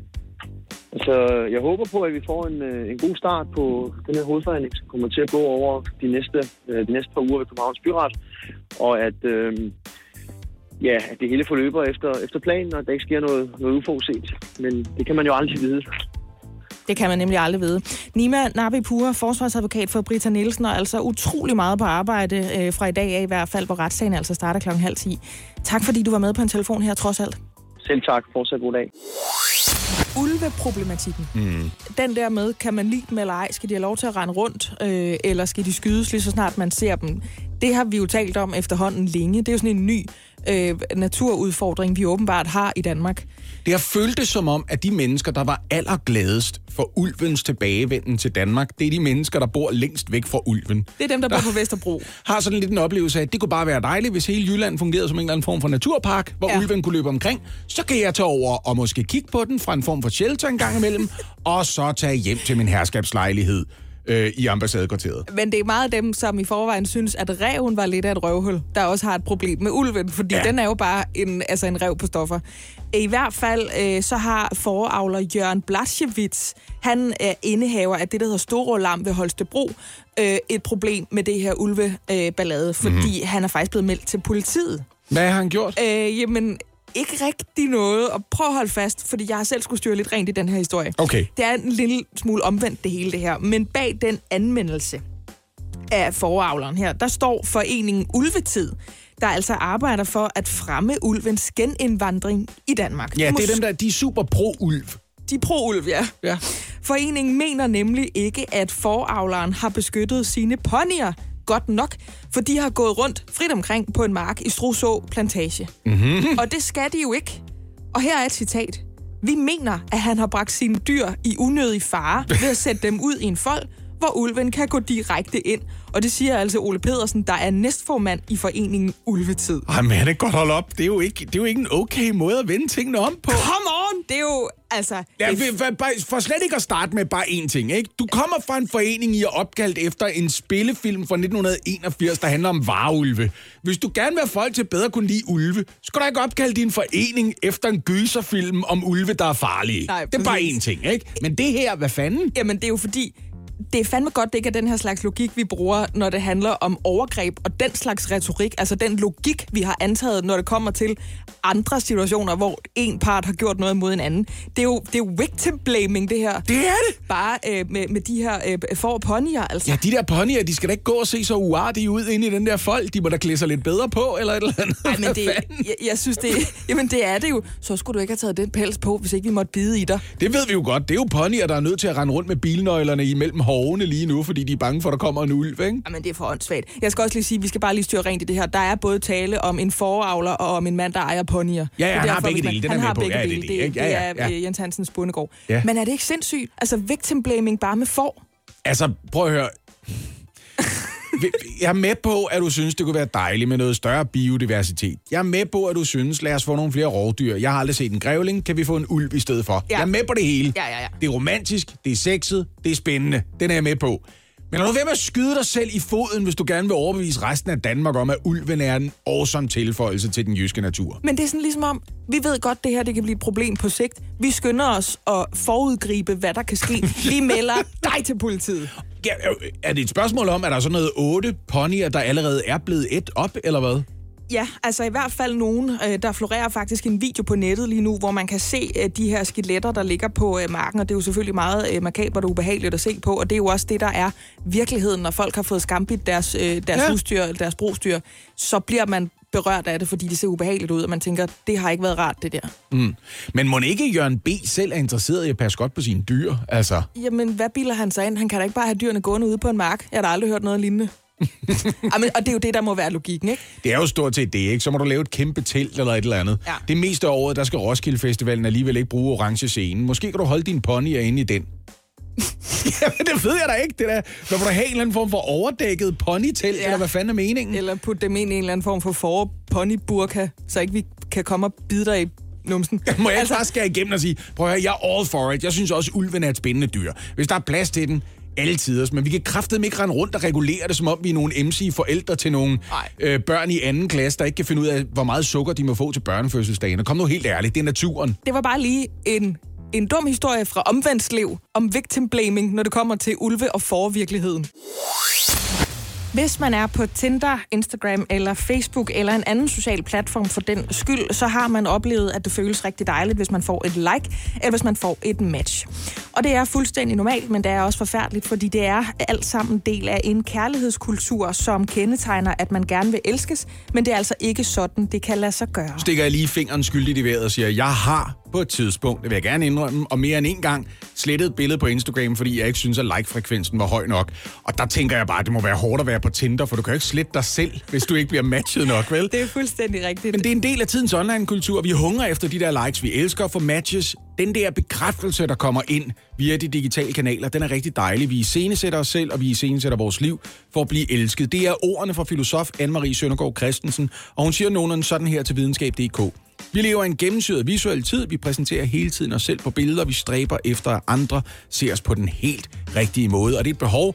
Altså, jeg håber på, at vi får en, en god start på den her hovedforhandling, som kommer til at gå over de næste, de næste par uger ved Københavns Byret, og at, øh, ja, at det hele forløber efter, efter planen, og at der ikke sker noget, noget uforudset. Men det kan man jo aldrig vide. Det kan man nemlig aldrig vide. Nima Nabipur, forsvarsadvokat for Britta Nielsen, og altså utrolig meget på arbejde øh, fra i dag af, i hvert fald, hvor retssagen altså starter klokken halv ti. Tak fordi du var med på en telefon her, trods alt. Selv tak. Fortsat god dag. Ulveproblematikken. Mm. Den der med, kan man lide dem eller ej? Skal de have lov til at rende rundt? Øh, eller skal de skydes lige så snart man ser dem? Det har vi jo talt om efterhånden længe. Det er jo sådan en ny øh, naturudfordring, vi åbenbart har i Danmark. Det har føltes som om, at de mennesker, der var allergladest for ulvens tilbagevenden til Danmark, det er de mennesker, der bor længst væk fra ulven. Det er dem, der, der bor på Vesterbro. Har sådan lidt en oplevelse af, at det kunne bare være dejligt, hvis hele Jylland fungerede som en eller anden form for naturpark, hvor ja. ulven kunne løbe omkring. Så kan jeg tage over og måske kigge på den fra en form for shelter en gang imellem, og så tage hjem til min herskabslejlighed øh, i ambassadekvarteret. Men det er meget dem, som i forvejen synes, at ræven var lidt af et røvhul, der også har et problem med ulven, fordi ja. den er jo bare en, altså en ræv på stoffer. I hvert fald øh, så har foravler Jørgen Blaschewitz, han er indehaver af det, der hedder Storå Lam ved Holstebro, øh, et problem med det her ulveballade, øh, fordi mm-hmm. han er faktisk blevet meldt til politiet. Hvad har han gjort? Øh, jamen, ikke rigtig noget, og prøv at holde fast, fordi jeg har selv skulle styre lidt rent i den her historie. Okay. Det er en lille smule omvendt, det hele det her, men bag den anmeldelse af foravleren her, der står foreningen Ulvetid, der altså arbejder for at fremme ulvens genindvandring i Danmark. Ja, det er dem, der de er super pro-ulv. De er pro-ulv, ja. ja. Foreningen mener nemlig ikke, at foravleren har beskyttet sine ponyer godt nok, for de har gået rundt frit omkring på en mark i Struså Plantage. Mm-hmm. Og det skal de jo ikke. Og her er et citat. Vi mener, at han har bragt sine dyr i unødig fare ved at sætte dem ud i en fold, hvor ulven kan gå direkte ind. Og det siger altså Ole Pedersen, der er næstformand i foreningen Ulvetid. Ej, men han er godt holde op. Det er, jo ikke, det er jo ikke en okay måde at vende tingene om på. Come on! Det er jo, altså... Ja, for, for slet ikke at starte med bare én ting, ikke? Du kommer fra en forening, I er opkaldt efter en spillefilm fra nitten enogfirs, der handler om varulve. Hvis du gerne vil have folk til bedre at kunne lide ulve, så skal du ikke opkalde din forening efter en gyserfilm om ulve, der er farlige. Nej, det er bare én ting, ikke? Men det her, hvad fanden? Jamen, det er jo fordi... Det er fandme godt, det ikke er den her slags logik, vi bruger, når det handler om overgreb og den slags retorik. Altså den logik, vi har antaget, når det kommer til andre situationer, hvor en part har gjort noget mod en anden. Det er jo, det er jo victim blaming, det her. Det er det! Bare øh, med, med de her øh, for ponyer, altså. Ja, de der ponyer, de skal da ikke gå og se så uartige ud inde i den der fold. De må da klæde sig lidt bedre på, eller et eller andet. Nej, men det, jeg, jeg synes, det, jamen det er det jo. Så skulle du ikke have taget den pels på, hvis ikke vi måtte bide i dig. Det ved vi jo godt. Det er jo ponyer, der er nødt til at rende rundt med bilnøglerne imellem hovene lige nu, fordi de er bange for, at der kommer en ulv, ikke? Jamen, det er for åndssvagt. Jeg skal også lige sige, at vi skal bare lige styre rent i det her. Der er både tale om en foravler og om en mand, der ejer ponyer. Ja, ja, han har begge dele. Den han er har med begge på. dele. Det, det, ja, ja, ja. det er Jens Hansens bondegård. Ja. Men er det ikke sindssygt? Altså, victim blaming bare med får? Altså, prøv at høre. Jeg er med på, at du synes, det kunne være dejligt med noget større biodiversitet. Jeg er med på, at du synes, lad os få nogle flere rovdyr. Jeg har aldrig set en grævling, kan vi få en ulv i stedet for? Ja. Jeg er med på det hele. Ja, ja, ja. Det er romantisk, det er sexet, det er spændende. Den er jeg med på. Men er du ved med at skyde dig selv i foden, hvis du gerne vil overbevise resten af Danmark om, at ulven er en awesome tilføjelse til den jyske natur? Men det er sådan ligesom om, vi ved godt, det her det kan blive et problem på sigt. Vi skynder os at forudgribe, hvad der kan ske. Vi melder dig til politiet. Ja, er det et spørgsmål om, at der er sådan noget otte ponyer, der allerede er blevet et op, eller hvad? Ja, altså i hvert fald nogen. Der florerer faktisk en video på nettet lige nu, hvor man kan se de her skeletter, der ligger på marken, og det er jo selvfølgelig meget makabert og ubehageligt at se på, og det er jo også det, der er virkeligheden, når folk har fået skambidt deres, deres ja. husdyr, deres brugsdyr, så bliver man berørt af det, fordi det ser ubehageligt ud, og man tænker, det har ikke været rart, det der. Mm. Men må ikke Jørgen B. selv er interesseret i at passe godt på sine dyr? Altså? Jamen, hvad bilder han sig ind? Han kan da ikke bare have dyrene gående ude på en mark. Jeg har da aldrig hørt noget lignende. Jamen, og det er jo det, der må være logikken, ikke? Det er jo stort set det, ikke? Så må du lave et kæmpe telt eller et eller andet. Ja. Det meste af året, der skal Roskilde Festivalen alligevel ikke bruge orange scene. Måske kan du holde dine ponyer inde i den. Jamen, det ved jeg da ikke, det der. Når du have en eller anden form for overdækket ponytelt, ja. Eller hvad fanden er meningen? Eller putte dem ind i en eller anden form for for-ponyburka, så ikke vi kan komme og bide dig i numsen. Må jeg altså bare skære igennem og sige, prøv at høre, jeg er all for it. Jeg synes også, ulven er et spændende dyr. Hvis der er plads til den, alle tiders, men vi kan kraftedeme ikke rende rundt og regulere det, som om vi er nogle M C-forældre til nogle øh, børn i anden klasse, der ikke kan finde ud af, hvor meget sukker de må få til børnefødselsdagen. Kom nu helt ærligt, det er naturen. Det var bare lige en, en dum historie fra omvendslev om victim blaming, når det kommer til ulve- og forvirkeligheden. Hvis man er på Tinder, Instagram eller Facebook eller en anden social platform for den skyld, så har man oplevet, at det føles rigtig dejligt, hvis man får et like, eller hvis man får et match. Og det er fuldstændig normalt, men det er også forfærdeligt, fordi det er alt sammen del af en kærlighedskultur, som kendetegner, at man gerne vil elskes, men det er altså ikke sådan, det kan lade sig gøre. Stikker jeg lige fingeren skyldigt i vejret og siger, jeg har på et tidspunkt, det vil jeg gerne indrømme, og mere end en gang, slettet et billede på Instagram, fordi jeg ikke synes, at like-frekvensen var høj nok. Og der tænker jeg bare, at det må være hårdt at være på Tinder, for du kan jo ikke slette dig selv, hvis du ikke bliver matchet nok, vel? Det er fuldstændig rigtigt. Men det er en del af tidens online-kultur. Vi hungrer efter de der likes. Vi elsker at få matches. Den der bekræftelse, der kommer ind via de digitale kanaler, den er rigtig dejlig. Vi iscenesætter os selv, og vi iscenesætter vores liv for at blive elsket. Det er ordene fra filosof Anne-Marie Søndergaard Christensen, og hun siger nogenlunde sådan her til videnskab punktum d k. Vi lever i en gennemsyret visuel tid. Vi præsenterer hele tiden os selv på billeder. Vi stræber efter, at andre ser os på den helt rigtige måde. Og det er et behov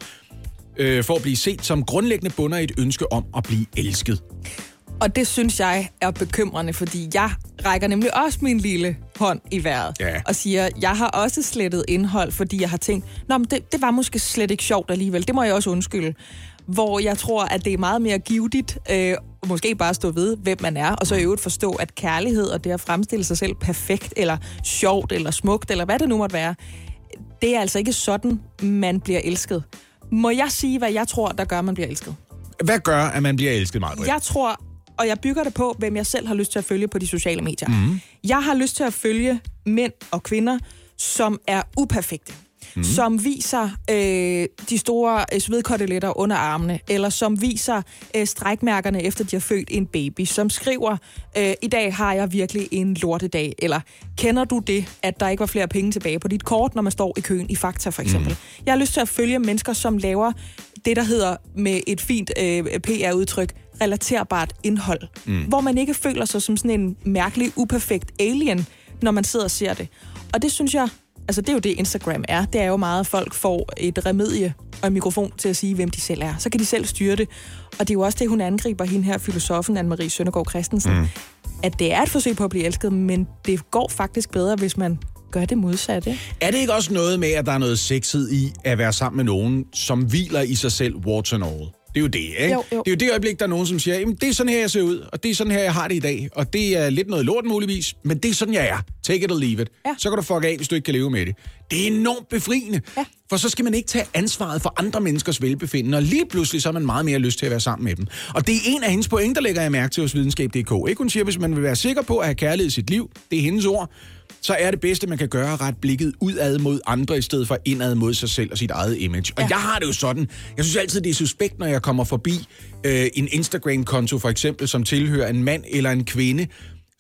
øh, for at blive set som grundlæggende bunder i et ønske om at blive elsket. Og det synes jeg er bekymrende, fordi jeg rækker nemlig også min lille hånd i vejret. Ja. Og siger, jeg har også slettet indhold, fordi jeg har tænkt, nå, men det, det var måske slet ikke sjovt alligevel. Det må jeg også undskylde. Hvor jeg tror, at det er meget mere givetigt, øh, måske bare stå ved, hvem man er, og så i øvrigt forstå, at kærlighed og det at fremstille sig selv perfekt, eller sjovt, eller smukt, eller hvad det nu måtte være, det er altså ikke sådan, man bliver elsket. Må jeg sige, hvad jeg tror, der gør, at man bliver elsket? Hvad gør, at man bliver elsket, Margrethe? Jeg tror, og jeg bygger det på, hvem jeg selv har lyst til at følge på de sociale medier. Mm. Jeg har lyst til at følge mænd og kvinder, som er uperfekte. Mm. Som viser øh, de store øh, svedkoteletter under armene, eller som viser øh, strækmærkerne efter de har født en baby, som skriver, øh, i dag har jeg virkelig en lortedag, eller kender du det, at der ikke var flere penge tilbage på dit kort, når man står i køen i Fakta for eksempel. Mm. Jeg har lyst til at følge mennesker, som laver det, der hedder med et fint øh, P R-udtryk, relaterbart indhold, mm. hvor man ikke føler sig som sådan en mærkelig, uperfekt alien, når man sidder og ser det. Og det synes jeg, altså det er jo det, Instagram er. Det er jo meget, at folk får et remedie og en mikrofon til at sige, hvem de selv er. Så kan de selv styre det. Og det er jo også det, hun angriber, hende her filosofen Anne-Marie Søndergaard Christensen. Mm. At det er et forsøg på at blive elsket, men det går faktisk bedre, hvis man gør det modsatte. Er det ikke også noget med, at der er noget sexet i at være sammen med nogen, som hviler i sig selv, warts and all? Det er jo det, ikke? Jo, jo. Det er jo det øjeblik, der er nogen, som siger, jamen, det er sådan her, jeg ser ud, og det er sådan her, jeg har det i dag, og det er lidt noget lort muligvis, men det er sådan, jeg er. Take it or leave it. Ja. Så kan du fuck af, hvis du ikke kan leve med det. Det er enormt befriende, ja. For så skal man ikke tage ansvaret for andre menneskers velbefindende, og lige pludselig så har man meget mere lyst til at være sammen med dem. Og det er en af hendes pointer, lægger jeg mærke til hos videnskab punktum d k. Ikke? Hun siger, hvis man vil være sikker på at have kærlighed i sit liv, det er hendes ord, så er det bedste, man kan gøre, ret blikket udad mod andre, i stedet for indad mod sig selv og sit eget image. Og ja. Jeg har det jo sådan, jeg synes altid, det er suspekt, når jeg kommer forbi øh, en Instagram-konto, for eksempel, som tilhører en mand eller en kvinde,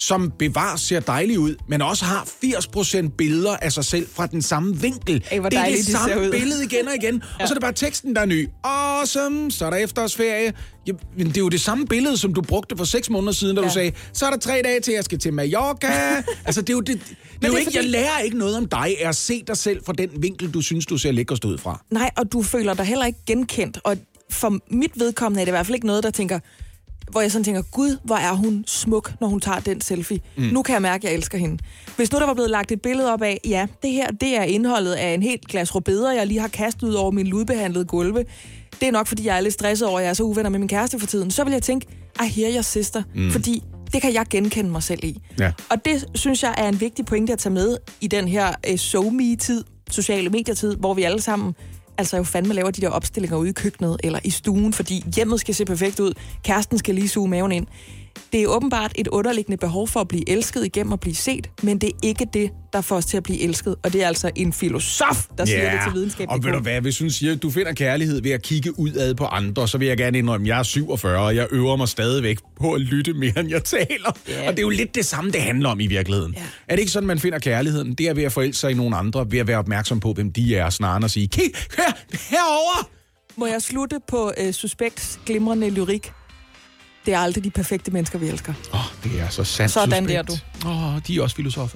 som bevares ser dejlig ud, men også har firs procent billeder af sig selv fra den samme vinkel. Ej, det er det de samme billede igen og igen, ja. Og så er det bare teksten, der er ny. Awesome, så er der efterårsferie. Ja, men det er jo det samme billede, som du brugte for seks måneder siden, da ja. du sagde, så er der tre dage til, jeg skal til Mallorca. Altså, det er jo, det, det er jo det er ikke, fordi... jeg lærer ikke noget om dig, er at se dig selv fra den vinkel, du synes, du ser lækkerst ud fra. Nej, og du føler dig heller ikke genkendt, og for mit vedkommende er det i hvert fald ikke noget, der tænker, hvor jeg sådan tænker, gud, hvor er hun smuk, når hun tager den selfie. Mm. Nu kan jeg mærke, at jeg elsker hende. Hvis nu der var blevet lagt et billede op af, ja, det her, det er indholdet af en helt glas rødbeder, jeg lige har kastet ud over min ludbehandlede gulve. Det er nok, fordi jeg er lidt stresset over, at jeg er så uvenner med min kæreste for tiden. Så vil jeg tænke, I hear your sister, mm. fordi det kan jeg genkende mig selv i. Ja. Og det, synes jeg, er en vigtig pointe at tage med i den her uh, SoMe-tid, sociale medier-tid, hvor vi alle sammen altså jo fandme laver de der opstillinger ude i køkkenet eller i stuen, fordi hjemmet skal se perfekt ud, kæresten skal lige suge maven ind. Det er åbenbart et underliggende behov for at blive elsket igennem at blive set, men det er ikke det, der får os til at blive elsket. Og det er altså en filosof, der siger yeah. det til videnskab. Og ved du hvad, hvis hun siger, at du finder kærlighed ved at kigge udad på andre, så vil jeg gerne indrømme, at jeg er syvogfyrre, og jeg øver mig stadigvæk på at lytte mere, end jeg taler. Yeah. Og det er jo lidt det samme, det handler om i virkeligheden. Yeah. Er det ikke sådan, man finder kærligheden? Det er ved at forelske sig i nogle andre, ved at være opmærksom på, hvem de er, snarere end at sige, kig, her, herovre! Må jeg slutte på uh, Suspekts glimrende lyrik? Det er aldrig de perfekte mennesker, vi elsker. Åh, oh, det er så sandt. Sådan der du. Åh, oh, de er også filosofer.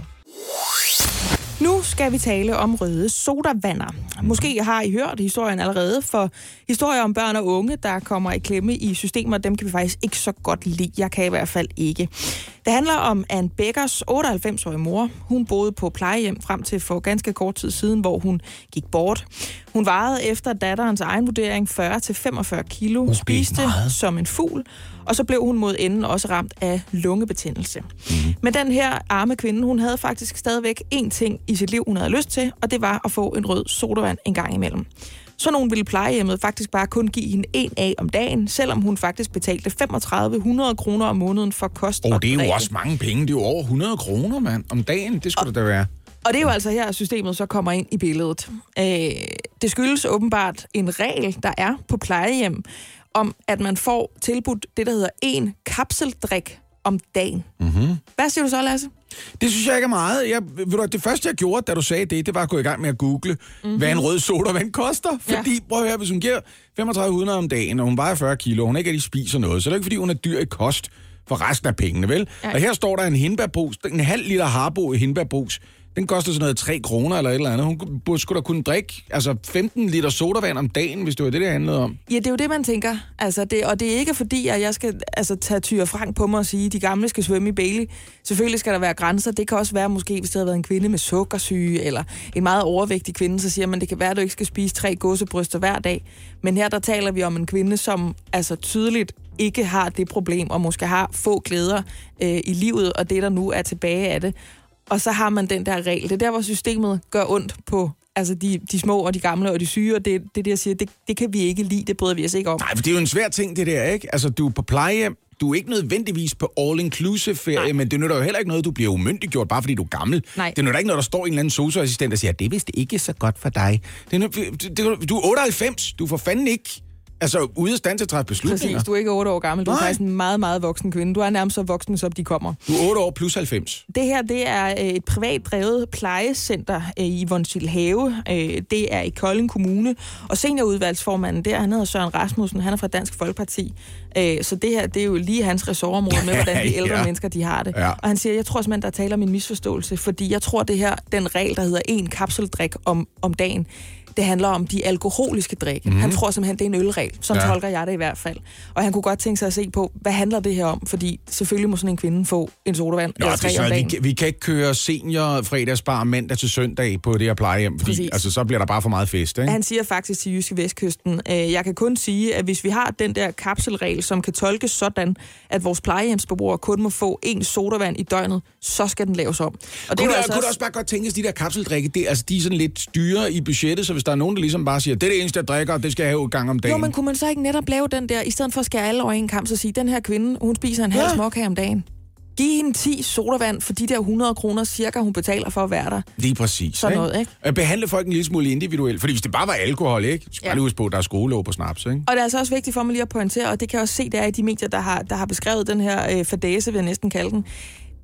Nu skal vi tale om røde sodavander. Måske har I hørt historien allerede, for historier om børn og unge, der kommer i klemme i systemer, dem kan vi faktisk ikke så godt lide. Jeg kan i hvert fald ikke. Det handler om Ann Beckers otteoghalvfems-årige mor. Hun boede på plejehjem frem til for ganske kort tid siden, hvor hun gik bort. Hun vejede efter datterens egen vurdering fyrre til femogfyrre kilo. Hun spiste som en fugl, og så blev hun mod enden også ramt af lungebetændelse. Mm-hmm. Men den her arme kvinde, hun havde faktisk stadigvæk én ting i sit liv, hun havde lyst til, og det var at få en rød sodavand en gang imellem. Så nogen ville plejehjemmet faktisk bare kun give hende en af om dagen, selvom hun faktisk betalte femogtredive hundrede kroner om måneden for kost oh, og det er jo drikke. også mange penge. Det er jo over hundrede kroner, mand, om dagen. Det skulle og, det da være. Og det er jo altså her, at systemet så kommer ind i billedet. Øh, det skyldes åbenbart en regel, der er på plejehjem, om at man får tilbudt det, der hedder en kapseldrik om dagen. Mm-hmm. Hvad siger du så, Lasse? Det synes jeg ikke er meget. Jeg, ved du, det første, jeg gjorde, da du sagde det, det var at gå i gang med at google, mm-hmm. hvad en rød sodavand koster. Fordi, ja. prøv at høre, hvis hun giver femogtredive hundrede om dagen, og hun vejer fyrre kilo, og hun ikke rigtig spiser noget, så er det ikke, fordi hun er dyr i kost for resten af pengene, vel? Ja. Og her står der en hindbærbrus, en halv liter Harbo i hindbærbrus. Den koster sådan noget tre kroner eller et eller andet. Hun burde skulle da kunne drikke altså femten liter sodavand om dagen, hvis det var det, det handlede om. Ja, det er jo det, man tænker. Altså, det, og det er ikke fordi, at jeg skal altså, tage Tyre Frank på mig og sige, at de gamle skal svømme i Bailey. Selvfølgelig skal der være grænser. Det kan også være, måske, hvis det havde været en kvinde med sukkersyge, eller en meget overvægtig kvinde, så siger man, det kan være, at du ikke skal spise tre gåsebryster hver dag. Men her, der taler vi om en kvinde, som altså tydeligt ikke har det problem, og måske har få glæder øh, i livet, og det, der nu er tilbage af det. Og så har man den der regel. Det er der, hvor systemet gør ondt på altså de, de små og de gamle og de syge, og det, det, det jeg siger, det, det kan vi ikke lide, det bryder vi os ikke om. Nej, for det er jo en svær ting, det der, ikke? Altså, du er på plejehjem, du er ikke nødvendigvis på all-inclusive-ferie, Nej. men det nytter jo heller ikke noget, du bliver umyndiggjort, bare fordi du er gammel. Nej. Det nytter ikke noget, der står en eller anden sosu-assistent og siger, det er vist ikke så godt for dig. Det er, det, du er otteoghalvfems, du får fandme ikke... Altså, ude af stand til at træffe beslutninger. Præcis, du er ikke otte år gammel. Du Nej. er faktisk en meget, meget voksen kvinde. Du er nærmest så voksen, som de kommer. Du er otte år plus halvfems. Det her, det er et privat drevet plejecenter i Vonsilhave. Det er i Kolding Kommune. Og seniorudvalgsformanden der, han hedder Søren Rasmussen. Han er fra Dansk Folkeparti. Så det her, det er jo lige hans ressortområde med, hvordan de ældre ja. mennesker, de har det. Ja. Og han siger, jeg tror simpelthen, der taler om en misforståelse. Fordi jeg tror, det her, den regel, der hedder en kapseldrik om, om dagen, det handler om de alkoholiske drikke. Mm. Han tror simpelthen, det er en ølregel. Sådan ja. tolker jeg det i hvert fald. Og han kunne godt tænke sig at se på, hvad handler det her om? Fordi selvfølgelig må sådan en kvinde få en sodavand Nå, eller tre om dagen. Vi, vi kan ikke køre senior fredagsbar mandag til søndag på det her plejehjem, fordi altså, så bliver der bare for meget fest. Ikke? Han siger faktisk til Jyske Vestkysten, øh, jeg kan kun sige, at hvis vi har den der kapselregel, som kan tolkes sådan, at vores plejehjemsbeboere kun må få en sodavand i døgnet, så skal den laves om. Og det kunne, er der, altså kunne også... også bare godt tænkes, de der kapseldrikke, det, altså, de er sådan lidt styre i budgettet, så hvis der er nogen, der ligesom bare siger, det er det eneste, jeg drikker, og det skal jeg have en gang om dagen. Jo, men kunne man så ikke netop lave den der, i stedet for at skære alle over en kamp, så sige, den her kvinde, hun spiser en halv ja. småkage om dagen. Giv hende ti sodavand for de der hundrede kroner cirka, hun betaler for at være der. Lige præcis. Sådan noget, ikke? At behandle folk en lille smule individuelt. Fordi hvis det bare var alkohol, ikke? Så skal ja. lige huske på, at der er skolelov på snaps, ikke? Og det er altså også vigtigt for mig lige at pointere, og det kan jeg også se, der er i de medier, der har, der har beskrevet den her øh, fadæse, vil jeg næsten kalde den.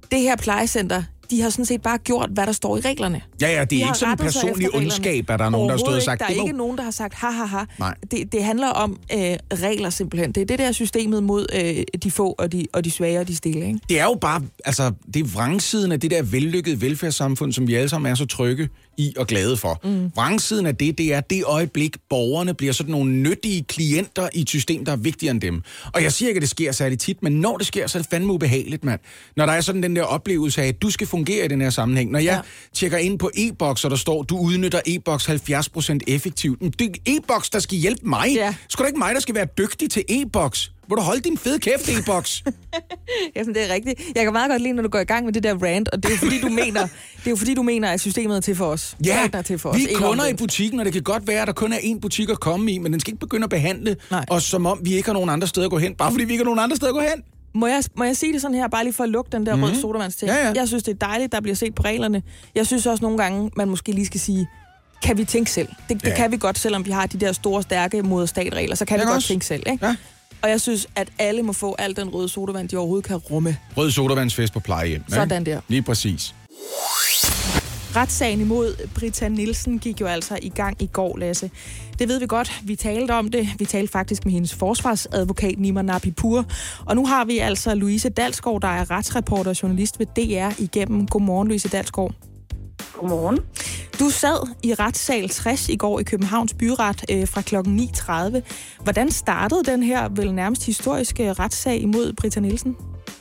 det her plejecenter, de har sådan set bare gjort, hvad der står i reglerne. Ja, ja, det er de ikke sådan en personlig ondskab, at der er nogen, der har stået og sagt... Der er ikke, ikke nogen, der har sagt, ha, ha, ha. Det, det handler om øh, regler simpelthen. Det er det der systemet mod øh, de få og de, og de svage og de stille, ikke? Det er jo bare, altså, det er vrangsiden af det der vellykkede velfærdssamfund, som vi alle sammen er så trygge i og glade for. Mm. Vrangsiden af det, det er det øjeblik, borgerne bliver sådan nogle nyttige klienter i et system, der er vigtigere end dem. Og jeg siger ikke, at det sker særlig tit, men når det sker, så er det fandme ubehageligt, mand. Når der er sådan den der oplevelse af, at du skal fungere i den her sammenhæng. Når jeg ja. tjekker ind på e-boks, og der står, du udnytter e-boks halvfjerds procent effektivt. Det er e-boks, der skal hjælpe mig. Ja. Sgu da ikke mig, der skal være dygtig til e-boks. Må du holde din fede kæft, e-boks? Ja, det er rigtigt. Jeg kan meget godt lide, når du går i gang med det der rant, og det er jo fordi, du mener, det er jo fordi, du mener, at systemet er til for os. Ja, er til for vi os. er kunder i butikken, og det kan godt være, at der kun er én butik at komme i, men den skal ikke begynde at behandle Nej. os, som om vi ikke har nogen andre steder at gå hen, bare fordi vi ikke har nogen andre steder at gå hen. Må jeg, må jeg sige det sådan her, bare lige for at lukke den der mm-hmm. røde sodavands til? Ja, ja. Jeg synes, det er dejligt, der bliver set på reglerne. Jeg synes også nogle gange, man måske lige skal sige, kan vi tænke selv? Det, det ja. kan vi godt, selvom vi har de der store, stærke mod statregler, så kan jeg vi godt også. tænke selv, ikke? Ja. Og jeg synes, at alle må få al den røde sodavand, de overhovedet kan rumme. Røde sodavandsfest på plejehjem. Sådan der. Lige præcis. Retssagen imod Britta Nielsen gik jo altså i gang i går, Lasse. Det ved vi godt. Vi talte om det. Vi talte faktisk med hendes forsvarsadvokat, Nima Nabipur. Og nu har vi altså Louise Dalsgaard, der er retsreporter og journalist ved D R igennem. Godmorgen, Louise Dalsgaard. Godmorgen. Du sad i retssal tres i går i Københavns Byret øh, fra klokken ni tredive. Hvordan startede den her vel nærmest historiske retssag imod Britta Nielsen?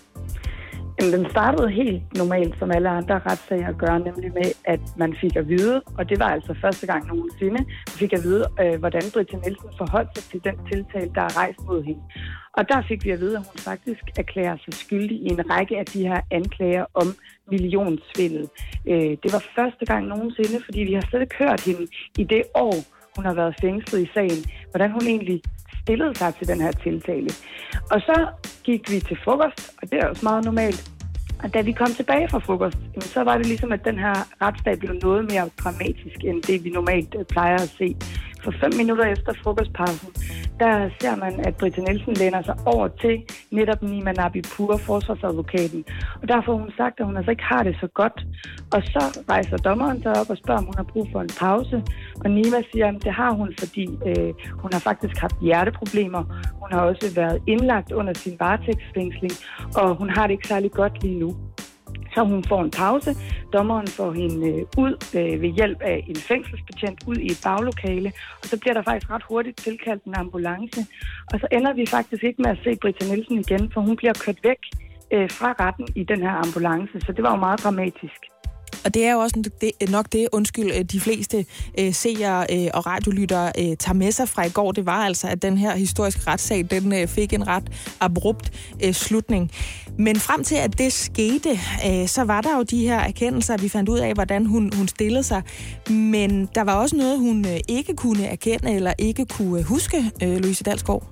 Jamen, den startede helt normalt, som alle andre retssager gør, nemlig med, at man fik at vide, og det var altså første gang nogensinde, man fik at vide, øh, hvordan Britta Nielsen forholdt sig til den tiltale, der er rejst mod hende. Og der fik vi at vide, at hun faktisk erklærer sig skyldig i en række af de her anklager om millionsvindel. Øh, det var første gang nogensinde, fordi vi har slet ikke hørt hende i det år, hun har været fængslet i sagen, hvordan hun egentlig stillede sig til den her tiltale. Og så gik vi til frokost, og det er også meget normalt. Og da vi kom tilbage fra frokost, så var det ligesom, at den her retsdag blev noget mere dramatisk, end det vi normalt plejer at se. For fem minutter efter frokostpausen, der ser man, at Britta Nielsen læner sig over til netop Nima Nabipur, forsvarsadvokaten. Og derfor har hun sagt, at hun altså ikke har det så godt. Og så rejser dommeren sig op og spørger, om hun har brug for en pause. Og Nima siger, at det har hun, fordi øh, hun har faktisk haft hjerteproblemer. Hun har også været indlagt under sin varetægtsfængsling, og hun har det ikke særlig godt lige nu. Så hun får en pause. Dommeren får hende øh, ud øh, ved hjælp af en fængselsbetjent ud i et baglokale, og så bliver der faktisk ret hurtigt tilkaldt en ambulance. Og så ender vi faktisk ikke med at se Britta Nielsen igen, for hun bliver kørt væk øh, fra retten i den her ambulance, så det var jo meget dramatisk. Og det er jo også nok det, undskyld, de fleste øh, seere øh, og radiolyttere øh, tager med sig fra i går. Det var altså, at den her historiske retssag, den øh, fik en ret abrupt øh, slutning. Men frem til, at det skete, øh, så var der jo de her erkendelser, vi fandt ud af, hvordan hun, hun stillede sig. Men der var også noget, hun øh, ikke kunne erkende eller ikke kunne huske, øh, Louise Dalsgaard.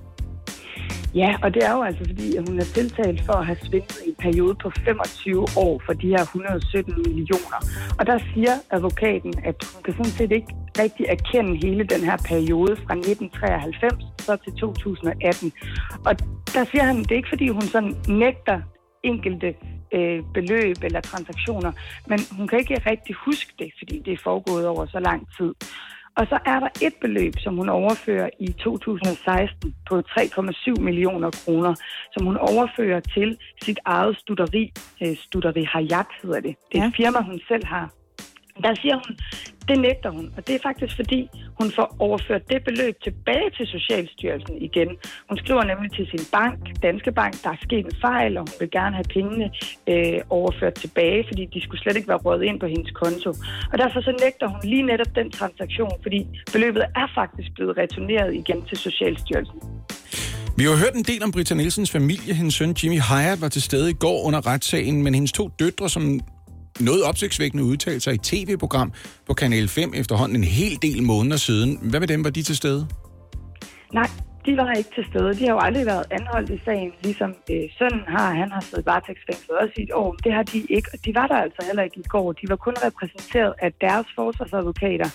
Ja, og det er jo altså, fordi hun er tiltalt for at have svindlet i en periode på femogtyve år for de her et hundrede og sytten millioner. Og der siger advokaten, at hun kan sådan set ikke rigtig erkende hele den her periode fra nitten treoghalvfems så til to tusind og atten. Og der siger han, det er ikke fordi hun sådan nægter enkelte øh, beløb eller transaktioner, men hun kan ikke rigtig huske det, fordi det er foregået over så lang tid. Og så er der et beløb, som hun overfører i to tusind og seksten på tre komma syv millioner kroner, som hun overfører til sit eget studeri. Studeri Hayat hedder det. Det er et firma, hun selv har. Der siger hun, det nægter hun, og det er faktisk fordi, hun får overført det beløb tilbage til Socialstyrelsen igen. Hun skriver nemlig til sin bank, Danske Bank, der er sket en fejl, og hun vil gerne have pengene øh, overført tilbage, fordi de skulle slet ikke være røget ind på hendes konto. Og derfor så nægter hun lige netop den transaktion, fordi beløbet er faktisk blevet returneret igen til Socialstyrelsen. Vi har hørt en del om Britta Nielsens familie. Hendes søn Jimmy Hayat var til stede i går under retssagen, men hendes to døtre, som noget opsigtsvækkende udtalte sig i tv-program på Kanal fem efterhånden en hel del måneder siden. Hvad med dem? Var de til stede? Nej, de var ikke til stede. De har jo aldrig været anholdt i sagen, ligesom øh, sønnen har. Han har siddet varetægtsfængslet også i et år. Det har de ikke, og de var der altså heller ikke i går. De var kun repræsenteret af deres forsvarsadvokater.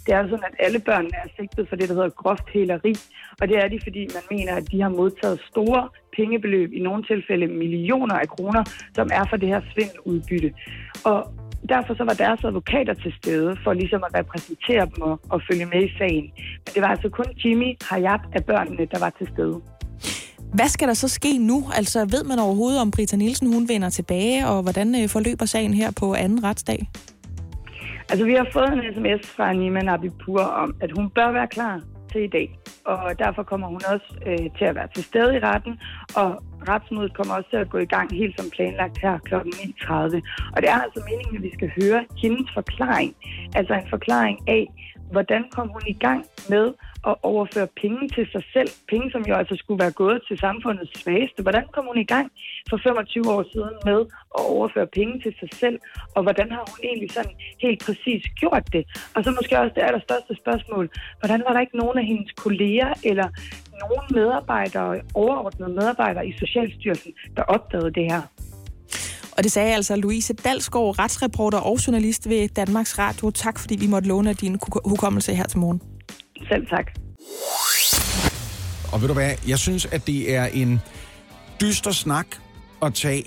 Det er sådan, at alle børn er sigtet for det, der hedder groft hæleri, og det er de, fordi man mener, at de har modtaget store pengebeløb, i nogle tilfælde millioner af kroner, som er for det her svindeludbytte. Og derfor så var deres advokater til stede for ligesom at repræsentere dem og, og følge med i sagen. Men det var altså kun Jimmy Hayat af børnene, der var til stede. Hvad skal der så ske nu? Altså, ved man overhovedet, om Britta Nielsen hun vender tilbage, og hvordan forløber sagen her på anden retsdag? Altså, vi har fået en sms fra Nima Nabipur om, at hun bør være klar til i dag. Og derfor kommer hun også øh, til at være til stede i retten, og retsmødet kommer også til at gå i gang helt som planlagt her klokken ni tredive. Og det er altså meningen, at vi skal høre hendes forklaring. Altså en forklaring af, hvordan kom hun i gang med at overføre penge til sig selv. Penge, som jo altså skulle være gået til samfundets svageste. Hvordan kom hun i gang for femogtyve år siden med at overføre penge til sig selv? Og hvordan har hun egentlig sådan helt præcis gjort det? Og så måske også det allerstørste spørgsmål. Hvordan var der ikke nogen af hendes kolleger eller nogen medarbejdere, overordnede medarbejdere i Socialstyrelsen, der opdagede det her? Og det sagde altså Louise Dalsgaard, retsreporter og journalist ved Danmarks Radio. Tak, fordi vi måtte låne din hukommelse her til morgen. Selv tak. Og ved du hvad, jeg synes, at det er en dyster snak at tage,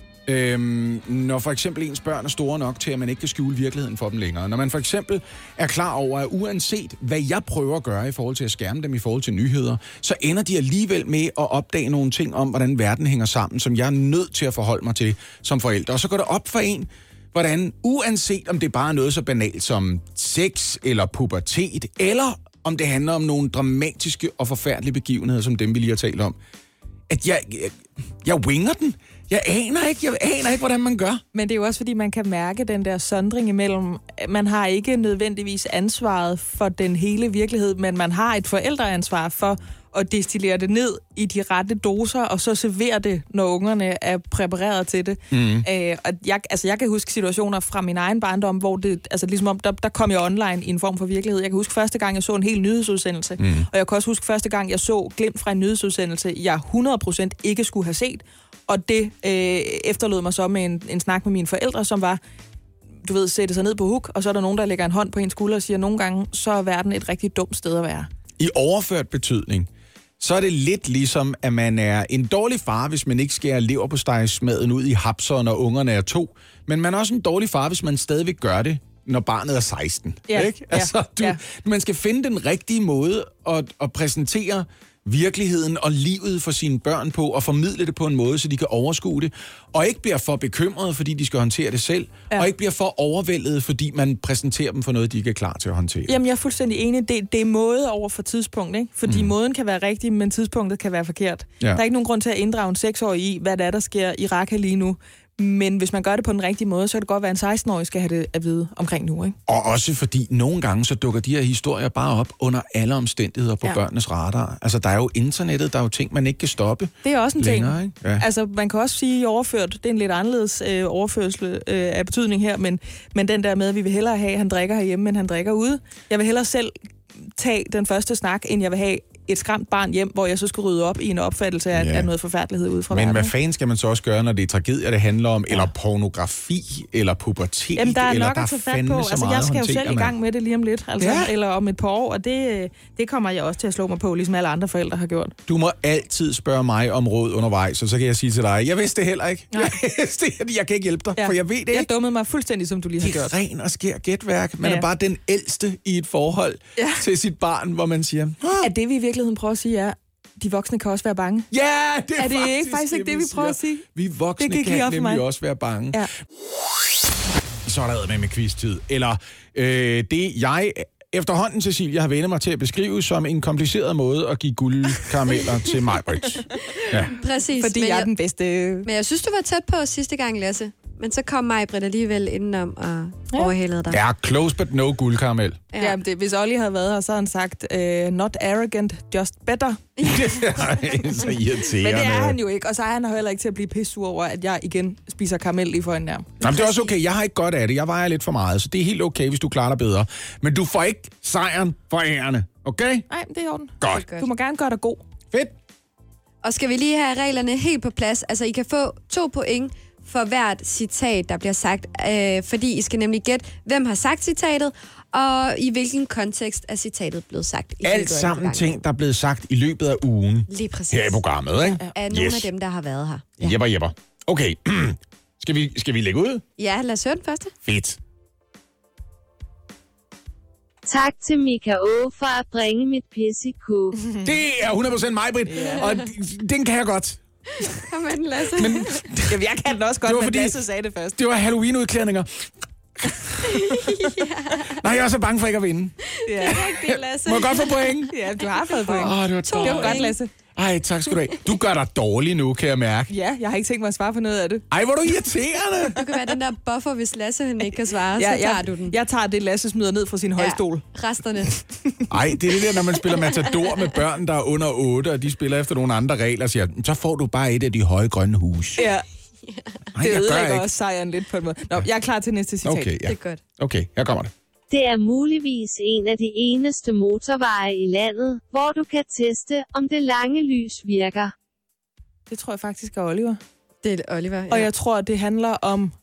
øhm, når for eksempel ens børn er store nok til, at man ikke kan skjule virkeligheden for dem længere. Når man for eksempel er klar over, at uanset hvad jeg prøver at gøre i forhold til at skærme dem i forhold til nyheder, så ender de alligevel med at opdage nogle ting om, hvordan verden hænger sammen, som jeg er nødt til at forholde mig til som forælder. Og så går det op for en, hvordan uanset om det bare er noget så banalt som sex eller pubertet, eller om det handler om nogle dramatiske og forfærdelige begivenheder, som dem vi lige har talt om, at jeg, jeg, jeg winger den. Jeg aner ikke, jeg aner ikke, hvordan man gør. Men det er jo også, fordi man kan mærke den der sondring imellem, man har ikke nødvendigvis ansvaret for den hele virkelighed, men man har et forældreansvar for at destillere det ned i de rette doser, og så servere det, når ungerne er præpareret til det. Mm. Øh, og jeg, altså, jeg kan huske situationer fra min egen barndom, hvor det, altså, ligesom om, der, der kom jeg online i en form for virkelighed. Jeg kan huske første gang, jeg så en hel nyhedsudsendelse, mm. og jeg kan også huske første gang, jeg så glimt fra en nyhedsudsendelse, jeg hundrede procent ikke skulle have set. Og det øh, efterlod mig så med en, en snak med mine forældre, som var, du ved, sætte sig ned på huk, og så er der nogen, der lægger en hånd på en skulder og siger, nogle gange, så er verden et rigtig dumt sted at være. I overført betydning, så er det lidt ligesom, at man er en dårlig far, hvis man ikke skærer leverpostejsmaden ud i hapser, når ungerne er to. Men man er også en dårlig far, hvis man stadigvæk gør det, når barnet er seksten. Ja, ikke? Altså, du, ja. Man skal finde den rigtige måde at, at præsentere virkeligheden og livet for sine børn på, og formidle det på en måde, så de kan overskue det, og ikke bliver for bekymrede, fordi de skal håndtere det selv, ja. Og ikke bliver for overvældet, fordi man præsenterer dem for noget, de ikke er klar til at håndtere. Jamen, jeg er fuldstændig enig. Det, det er måde over for tidspunkt, ikke? Fordi mm. måden kan være rigtig, men tidspunktet kan være forkert. Ja. Der er ikke nogen grund til at inddrage en seksårig i, hvad der er, der sker i Raqqa lige nu. Men hvis man gør det på den rigtige måde, så kan det godt være, at en seksten-årig skal have det at vide omkring nu, ikke? Og også fordi nogle gange, så dukker de her historier bare op under alle omstændigheder på ja. børnenes radar. Altså, der er jo internettet, der er jo ting, man ikke kan stoppe. Det er også en længere, ting. Ja. Altså, man kan også sige overført, det er en lidt anderledes øh, overførsel øh, af betydning her, men, men den der med, at vi vil hellere have, at han drikker herhjemme, end han drikker ude. Jeg vil hellere selv tage den første snak, end jeg vil have et skræmt barn hjem, hvor jeg så skal rydde op i en opfattelse af, ja. af noget forfærdelighed ude fra Men verden. hvad fanden skal man så også gøre, når det er tragedier, det handler om, ja. eller pornografi, eller pubertet, Jamen, der er eller nok der at tage fat på. Altså, jeg skal jo selv i gang med det lige om lidt, altså, ja. eller om et par år, og det, det kommer jeg også til at slå mig på, ligesom alle andre forældre har gjort. Du må altid spørge mig om råd undervejs, og så kan jeg sige til dig, jeg vidste det heller ikke. Nej. Jeg, jeg kan ikke hjælpe dig, ja. for jeg ved det ikke. Jeg dummede mig fuldstændig, som du lige har gjort. Det er ren og skær gætværk. Man ja. er bare den ældste i et forhold ja. til sit barn, hvor man siger... Er det, vi i virkeligheden prøver at sige, er, de voksne kan også være bange? Ja, det er, er det faktisk ikke faktisk ikke det, vi prøver at sige? Vi voksne det kan nemlig mig. også være bange. Ja. Så er der med med quiz-tid. Eller øh, det, jeg efterhånden, Cecilia, har vendt mig til at beskrive som en kompliceret måde at give guldkarameller til mig, Brits. Ja. Præcis. Fordi jeg, jeg er den bedste. Men jeg synes, du var tæt på sidste gang, Lasse. Men så kom Maj-Britt alligevel indenom og ja. overhalede dig. Ja, close but no guldkaramel. Ja, ja det, hvis Olli havde været her, så havde han sagt, uh, not arrogant, just better. Det er så irriterende. Men det er han jo ikke, og så er han heller ikke til at blive pissur over, at jeg igen spiser karamel lige for en der. Jamen, det er også okay, jeg har ikke godt af det. Jeg vejer lidt for meget, så det er helt okay, hvis du klarer dig bedre. Men du får ikke sejren for ærende, okay? Nej, det er i orden. Godt. Du må gerne gøre dig god. Fedt. Og skal vi lige have reglerne helt på plads? Altså, I kan få to point for hvert citat, der bliver sagt. Øh, fordi I skal nemlig gætte, hvem har sagt citatet, og i hvilken kontekst er citatet blevet sagt. I Alt sammen ting, der er blevet sagt i løbet af ugen. Lige præcis. Her i programmet, ikke? Af nogle yes. af dem, der har været her. Ja. Jepper, jepper. Okay, skal vi, skal vi lægge ud? Ja, lad os høre den første. Fedt. Tak til Mika O for at bringe mit pis i kog. Det er hundrede procent mig, Britt. Yeah. Og den kan jeg godt. Kom med den, Lasse. Men, jamen, jeg kan den også godt, men fordi, Lasse sagde det først. Det var Halloween-udklædninger. ja. Nej, jeg er så bange for ikke at vinde. Ja. Det er rigtigt, Lasse. Må jeg godt få point? Ja, du har fået point. Åh, oh, det var to. Det var godt, Lasse. Ej, tak skal du have. Du gør dig dårlig nu, kan jeg mærke. Ja, jeg har ikke tænkt mig at svare på noget af det. Ej, hvor er du irriterende. Du kan være den der buffer, hvis Lasse han ikke kan svare, ja, så tager jeg, du den. Jeg tager det, Lasse smider ned fra sin ja, højstol. Resterne. Ej, det er det der, når man spiller Matador med børn, der er under otte, og de spiller efter nogle andre regler, siger, så får du bare et af de høje grønne hus. Ja. Ej, det ødelægger også sejren lidt på en måde. Nå, jeg er klar til næste citat. Okay, ja. Det er godt. Okay, her kommer det. Det er muligvis en af de eneste motorveje i landet, hvor du kan teste, om det lange lys virker. Det tror jeg faktisk er Oliver. Det er Oliver, ja. Og jeg tror, det handler om...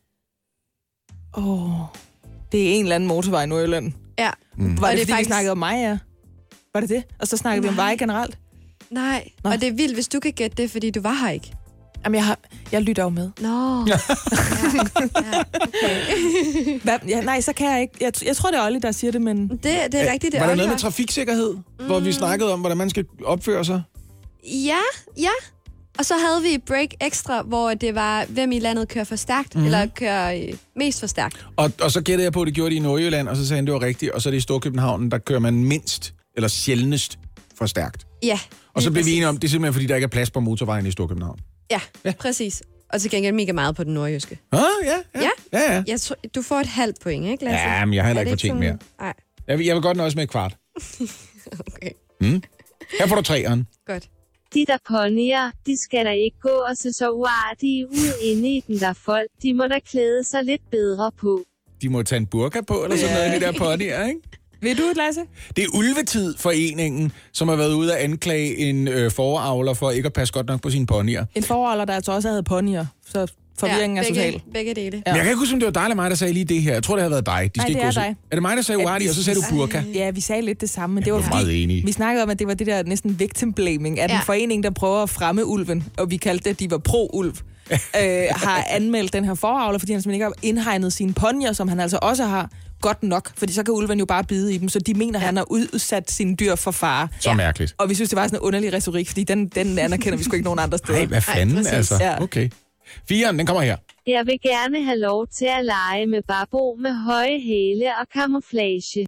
Åh... Oh, det er en eller anden motorvej i Nordjylland. Ja. Mm. Var det, det fordi, faktisk... vi snakkede om mig, ja? Var det det? Og så snakkede Nej. vi om veje generelt? Nej, Nå. Og det er vildt, hvis du kan gætte det, fordi du var her ikke. Jamen, jeg, har, jeg lytter jo med. Nå. ja. Ja, okay. Hvad, ja, nej, så kan jeg ikke. Jeg, jeg tror, det er Olli, der siger det, men... Det, det er rigtigt, det er Var der Oliver. noget med trafiksikkerhed, mm. hvor vi snakkede om, hvordan man skal opføre sig? Ja, ja. Og så havde vi Break Extra, hvor det var, hvem i landet kører for stærkt, mm. eller kører mest for stærkt. Og, og så gættede jeg på, at det gjorde de i Nordjylland, og så sagde han, det var rigtigt. Og så er det i Storkøbenhavn, der kører man mindst, eller sjældnest, for stærkt. Ja. Og så blev vi enige om, det er simpelthen, fordi der ikke er plads på motorvejen i Storkøbenhavn. Ja, ja, præcis. Og til gengæld mega meget på den nordjyske. Ah, ja, ja. Ja, ja, ja. Jeg tror, du får et halvt point, ikke, Lasse? Ja, men jeg har heller ikke fortjent mere. Nej. Jeg vil, jeg vil godt nøjes med et kvart. Okay. Mm. Her får du treeren. Godt. De der ponyer, de skal da ikke gå og se så uartige ud inde i den der folk. De må da klæde sig lidt bedre på. De må tage en burka på, eller sådan noget, de der ponyer, ikke? Vil du, Lasse? Det er Ulvetid-foreningen, som har været ude at anklage en øh, foravler for ikke at passe godt nok på sine ponyer. En foravler, der altså også havde ponyer, så forvirringen ja, begge, er total. begge dele. Ja. Men jeg kan ikke huske, om det var dig eller mig, der sagde lige det her. Jeg tror, det har været dig. De Nej, skal det ikke er gå dig. Er det mig, der sagde uartig, og så sagde du burka? Ja, vi sagde lidt det samme, men det var jeg fordi, vi snakkede om, at det var det der næsten victim blaming, at ja. en forening, der prøver at fremme ulven, og vi kaldte det, at de var pro-ulv, øh, har anmeldt den her foravler, fordi han simpelthen ikke har indhegnet sine ponyer, som han altså også har, godt nok, fordi så kan ulven jo bare bide i dem, så de mener, ja. han har udsat sine dyr for fare. Så ja. mærkeligt. Og vi synes, det var sådan en underlig retorik, fordi den, den anerkender vi sgu ikke nogen andre steder. Nej, hvad fanden, Ej, altså. Ja. Okay. Firen, den kommer her. Jeg vil gerne have lov til at lege med Babo med høje hæle og camouflage.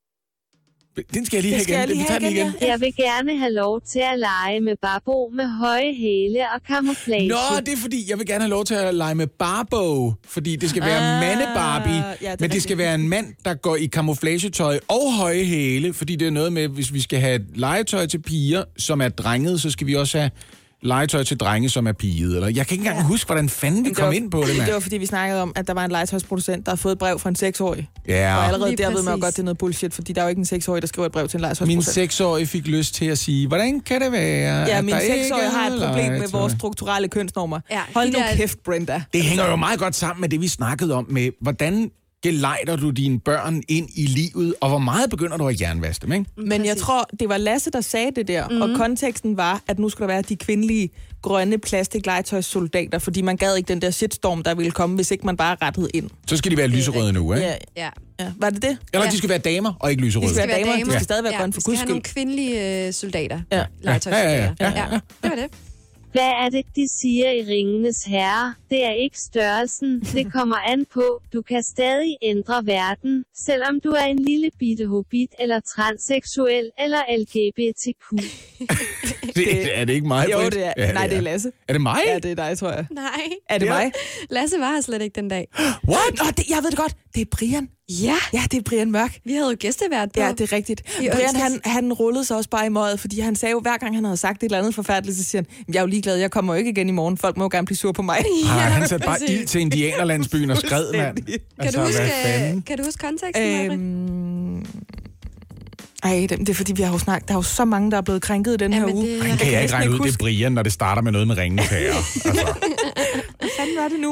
Den skal jeg lige have igen. Lige have igen. igen. Ja. Jeg vil gerne have lov til at lege med Babo med høje hæle og camouflage. Nå, det er fordi, jeg vil gerne have lov til at lege med Barbo, fordi det skal være ah, mande-Barbie, ja, det men det rigtigt. skal være en mand, der går i camouflagetøj og høje hæle, fordi det er noget med, hvis vi skal have legetøj til piger, som er drenget, så skal vi også have legetøj til drenge, som er piget. Eller jeg kan ikke engang ja. huske, hvordan fanden vi kom ind på det, mand. Det var, fordi vi snakkede om, at der var en legetøjsproducent, der har fået et brev fra en seksårig. Ja. Og allerede der ved man jo godt, det er noget bullshit, fordi der er jo ikke en seksårig, der skriver et brev til en legetøjsproducent. Min seksårige fik lyst til at sige, hvordan kan det være, ja, at min seksårige har et problem legetøj. med vores strukturelle kønsnormer. Ja, Hold nu der... kæft, Brenda. Det hænger jo meget godt sammen med det, vi snakkede om med, hvordan gelejder du dine børn ind i livet, og hvor meget begynder du at jernvaske dem, ikke? Men Præcis. jeg tror, det var Lasse, der sagde det der, mm-hmm. og konteksten var, at nu skulle der være de kvindelige grønne plastiklegetøjssoldater, fordi man gad ikke den der shitstorm, der ville komme, hvis ikke man bare rettede ind. Så skal de være lyserøde nu, ikke? Ja, ja. ja. Var det det? Eller ja. de skal være damer, og ikke lyserøde. De skal være damer, de skal stadig være ja. grønne for guds skyld. De skal have nogle kvindelige øh, soldater. Ja. Legetøjssoldater. Ja, ja, ja, ja, ja, ja. Det var det. Hvad er det, de siger i Ringenes Herre? Det er ikke størrelsen. Det kommer an på. Du kan stadig ændre verden, selvom du er en lille bitte hobbit, eller transseksuel, eller L G B T Q. det, er det ikke mig? Jo, det er. Ja, Nej, det er Lasse. Er det mig? Ja, det er dig, tror jeg. Nej. Er det ja. mig? Lasse var her slet ikke den dag. What? Nå, det, jeg ved det godt. Det er Brian. Ja. Ja, det er Brian Mørk. Vi havde jo gæstevært på. Ja, det er rigtigt. Brian, han, han rullede sig også bare i møget, fordi han sagde jo, hver gang han havde sagt et eller andet forfærdeligt, så siger han, jeg er jo ligeglad, jeg kommer jo ikke igen i morgen. Folk må jo gerne blive sur på mig. Ja, ah, han satte bare ild til indianerlandsbyen og skred, mand. Kan, altså, du huske, kan du huske konteksten, øhm... Ej, det, det er fordi, vi har jo snakket. Der er jo så mange, der er blevet krænket i den Jamen, her uge. Det, jeg kan jeg ikke regne ud, det er Brian, når det starter med noget med Ringenes Herre. Altså. Hvad fanden var det nu?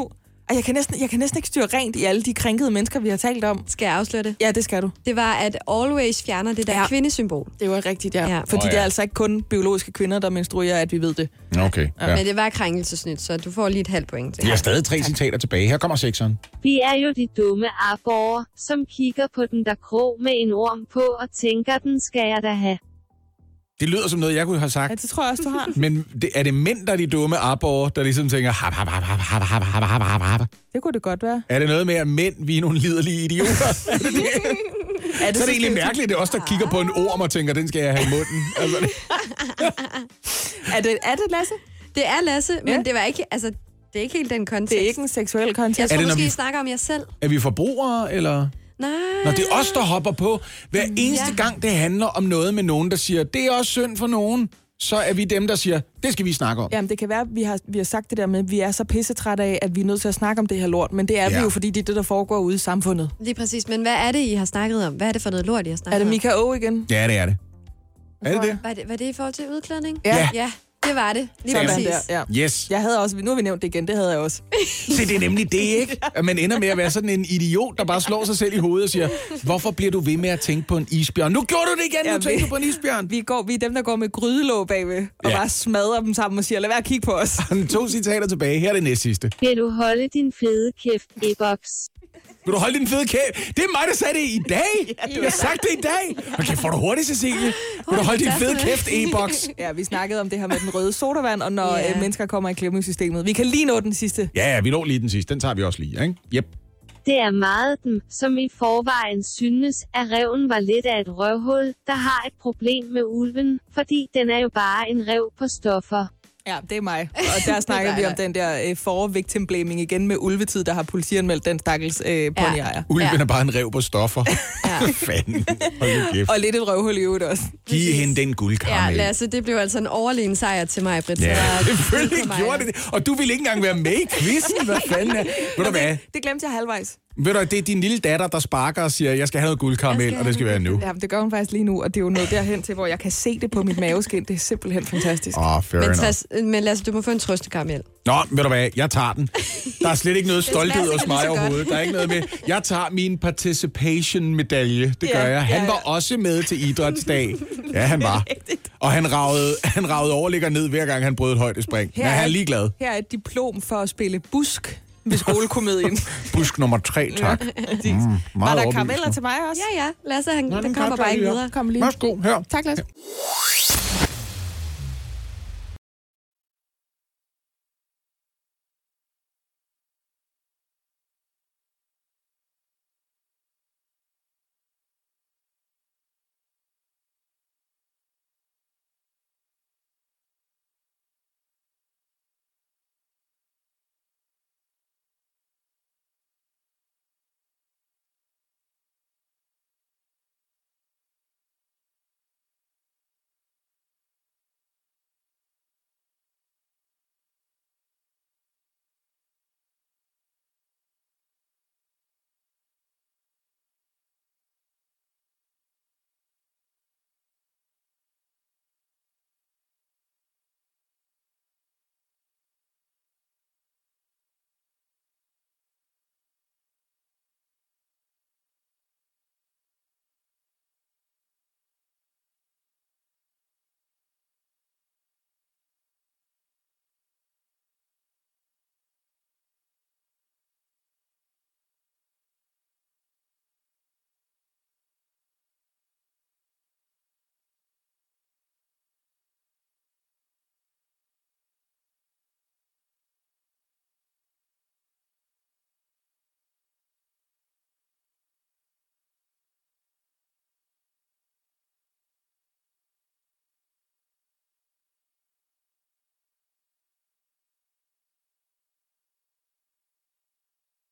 Og jeg kan, næsten, jeg kan næsten ikke styre rent i alle de krænkede mennesker, vi har talt om. Skal jeg afsløre det? Ja, det skal du. Det var, at Always fjerner det der ja. kvindesymbol. Det var rigtigt, ja. ja. Fordi oh, ja. det er altså ikke kun biologiske kvinder, der menstruerer, at vi ved det. Okay. Ja. Ja. Men det var krænkelsesnyt, så du får lige et halvt point. Vi har stadig tre tak. citater tilbage. Her kommer sekseren. Vi er jo de dumme aborger, som kigger på den der krog med en orm på og tænker, den skal jeg da have. Det lyder som noget, jeg kunne have sagt. Ja, det tror jeg også, du har. Men det, er det mænd, der er de dumme aborger, der ligesom tænker... Hap, hap, hap, hap, hap, hap, hap, hap, hap. Det kunne det godt være. Er det noget med, at mænd, vi er nogle liderlige idioter? er det det? Er det så er det egentlig mærkeligt, det er os, der kigger på en orm og tænker, den skal jeg have i munden. Altså, det... er, det, er det Lasse? Det er Lasse, men ja. det var ikke... Altså, det er ikke helt den kontekst. Det er ikke en seksuel kontekst. Jeg tror er det, måske, vi... I snakker om jer selv. Er vi forbrugere, eller... Nej. Når det er os, der hopper på. Hver eneste ja. gang, det handler om noget med nogen, der siger, det er også synd for nogen, så er vi dem, der siger, det skal vi snakke om. Jamen, det kan være, at vi har, vi har sagt det der med, at vi er så pissetrætte af, at vi er nødt til at snakke om det her lort. Men det er ja. vi jo, fordi det er det, der foregår ude i samfundet. Lige præcis. Men hvad er det, I har snakket om? Hvad er det for noget lort, I har snakket om? Er det Mika O igen? Ja, det er det. Er det det? Var det, var det i forhold til udklædning? Ja. Ja. Det var det. Lige sådan præcis. Der, ja. Yes. Jeg havde også, nu har vi nævnt det igen, det havde jeg også. Se, det er nemlig det, ikke? At man ender med at være sådan en idiot, der bare slår sig selv i hovedet og siger, hvorfor bliver du ved med at tænke på en isbjørn? Nu gjorde du det igen, ja, nu tænker du på en isbjørn. Vi, går, vi er dem, der går med grydelåg bagved, og ja. bare smadrer dem sammen og siger, lad være at kigge på os. To citater tilbage. Her er det næst sidste. Vil du holde din fede kæft, e-boks? Vil du holde din fede kæft? Det er mig, der sagde det i dag. Ja, du har sagt det i dag. Okay, får du hurtigt, Cecilie? Vil du holde din fede kæft, e-boks? Ja, vi snakkede om det her med den røde sodavand, og når yeah. øh, mennesker kommer i klemmingsystemet. Vi kan lige nå den sidste. Ja, ja, vi når lige den sidste. Den tager vi også lige, ikke? Yep. Det er meget dem, som i forvejen synes, at ræven var lidt af et røvhul, der har et problem med ulven, fordi den er jo bare en ræv på stoffer. Ja, det er mig. Og der snakker vi om den der øh, for-victim-blaming igen med ulvetid, der har politianmeldt den stakkels øh, ponyejer. Ja. Ulven ja. er bare en ræv på stoffer. Ja. Fanden. Og lidt et røvhul i øvrigt også. Giv hende den guldkaramel. Ja, Lasse, det blev altså en overlegen sejr til mig, Britt. Ja, selvfølgelig gjorde det. Og du ville ikke engang være med i quizzen. Hvad fanden er? Ved du hvad? Det glemte jeg halvvejs. Ved du, det er din lille datter, der sparker og siger, jeg skal have noget guldkaramel, og det skal være nu. Ja, det gør hun faktisk lige nu, og det er jo noget derhen til, hvor jeg kan se det på mit maveskin. Det er simpelthen fantastisk. Åh, oh, fair men, træs, men Lasse, du må få en trøstekaramel. Nå, ved du hvad, jeg tager den. Der er slet ikke noget stolthed hos mig overhovedet. Der er ikke noget med, jeg tager min participation-medalje. Det gør ja, jeg. Han ja, ja. var også med til idrætsdag. Ja, han var. Og han ragede, han ragede overligger ned, hver gang han brød et højdespring. Ja, han er ligeglad. Her er et diplom for at spille busk ved skolekomedien. Busk nummer tre, tak. Ja, mm, var der karameller til mig også? Ja, ja. Lasse, han, Nå, den kommer bare ikke videre. Kom lige. Værsgo, her. Tak, Lasse.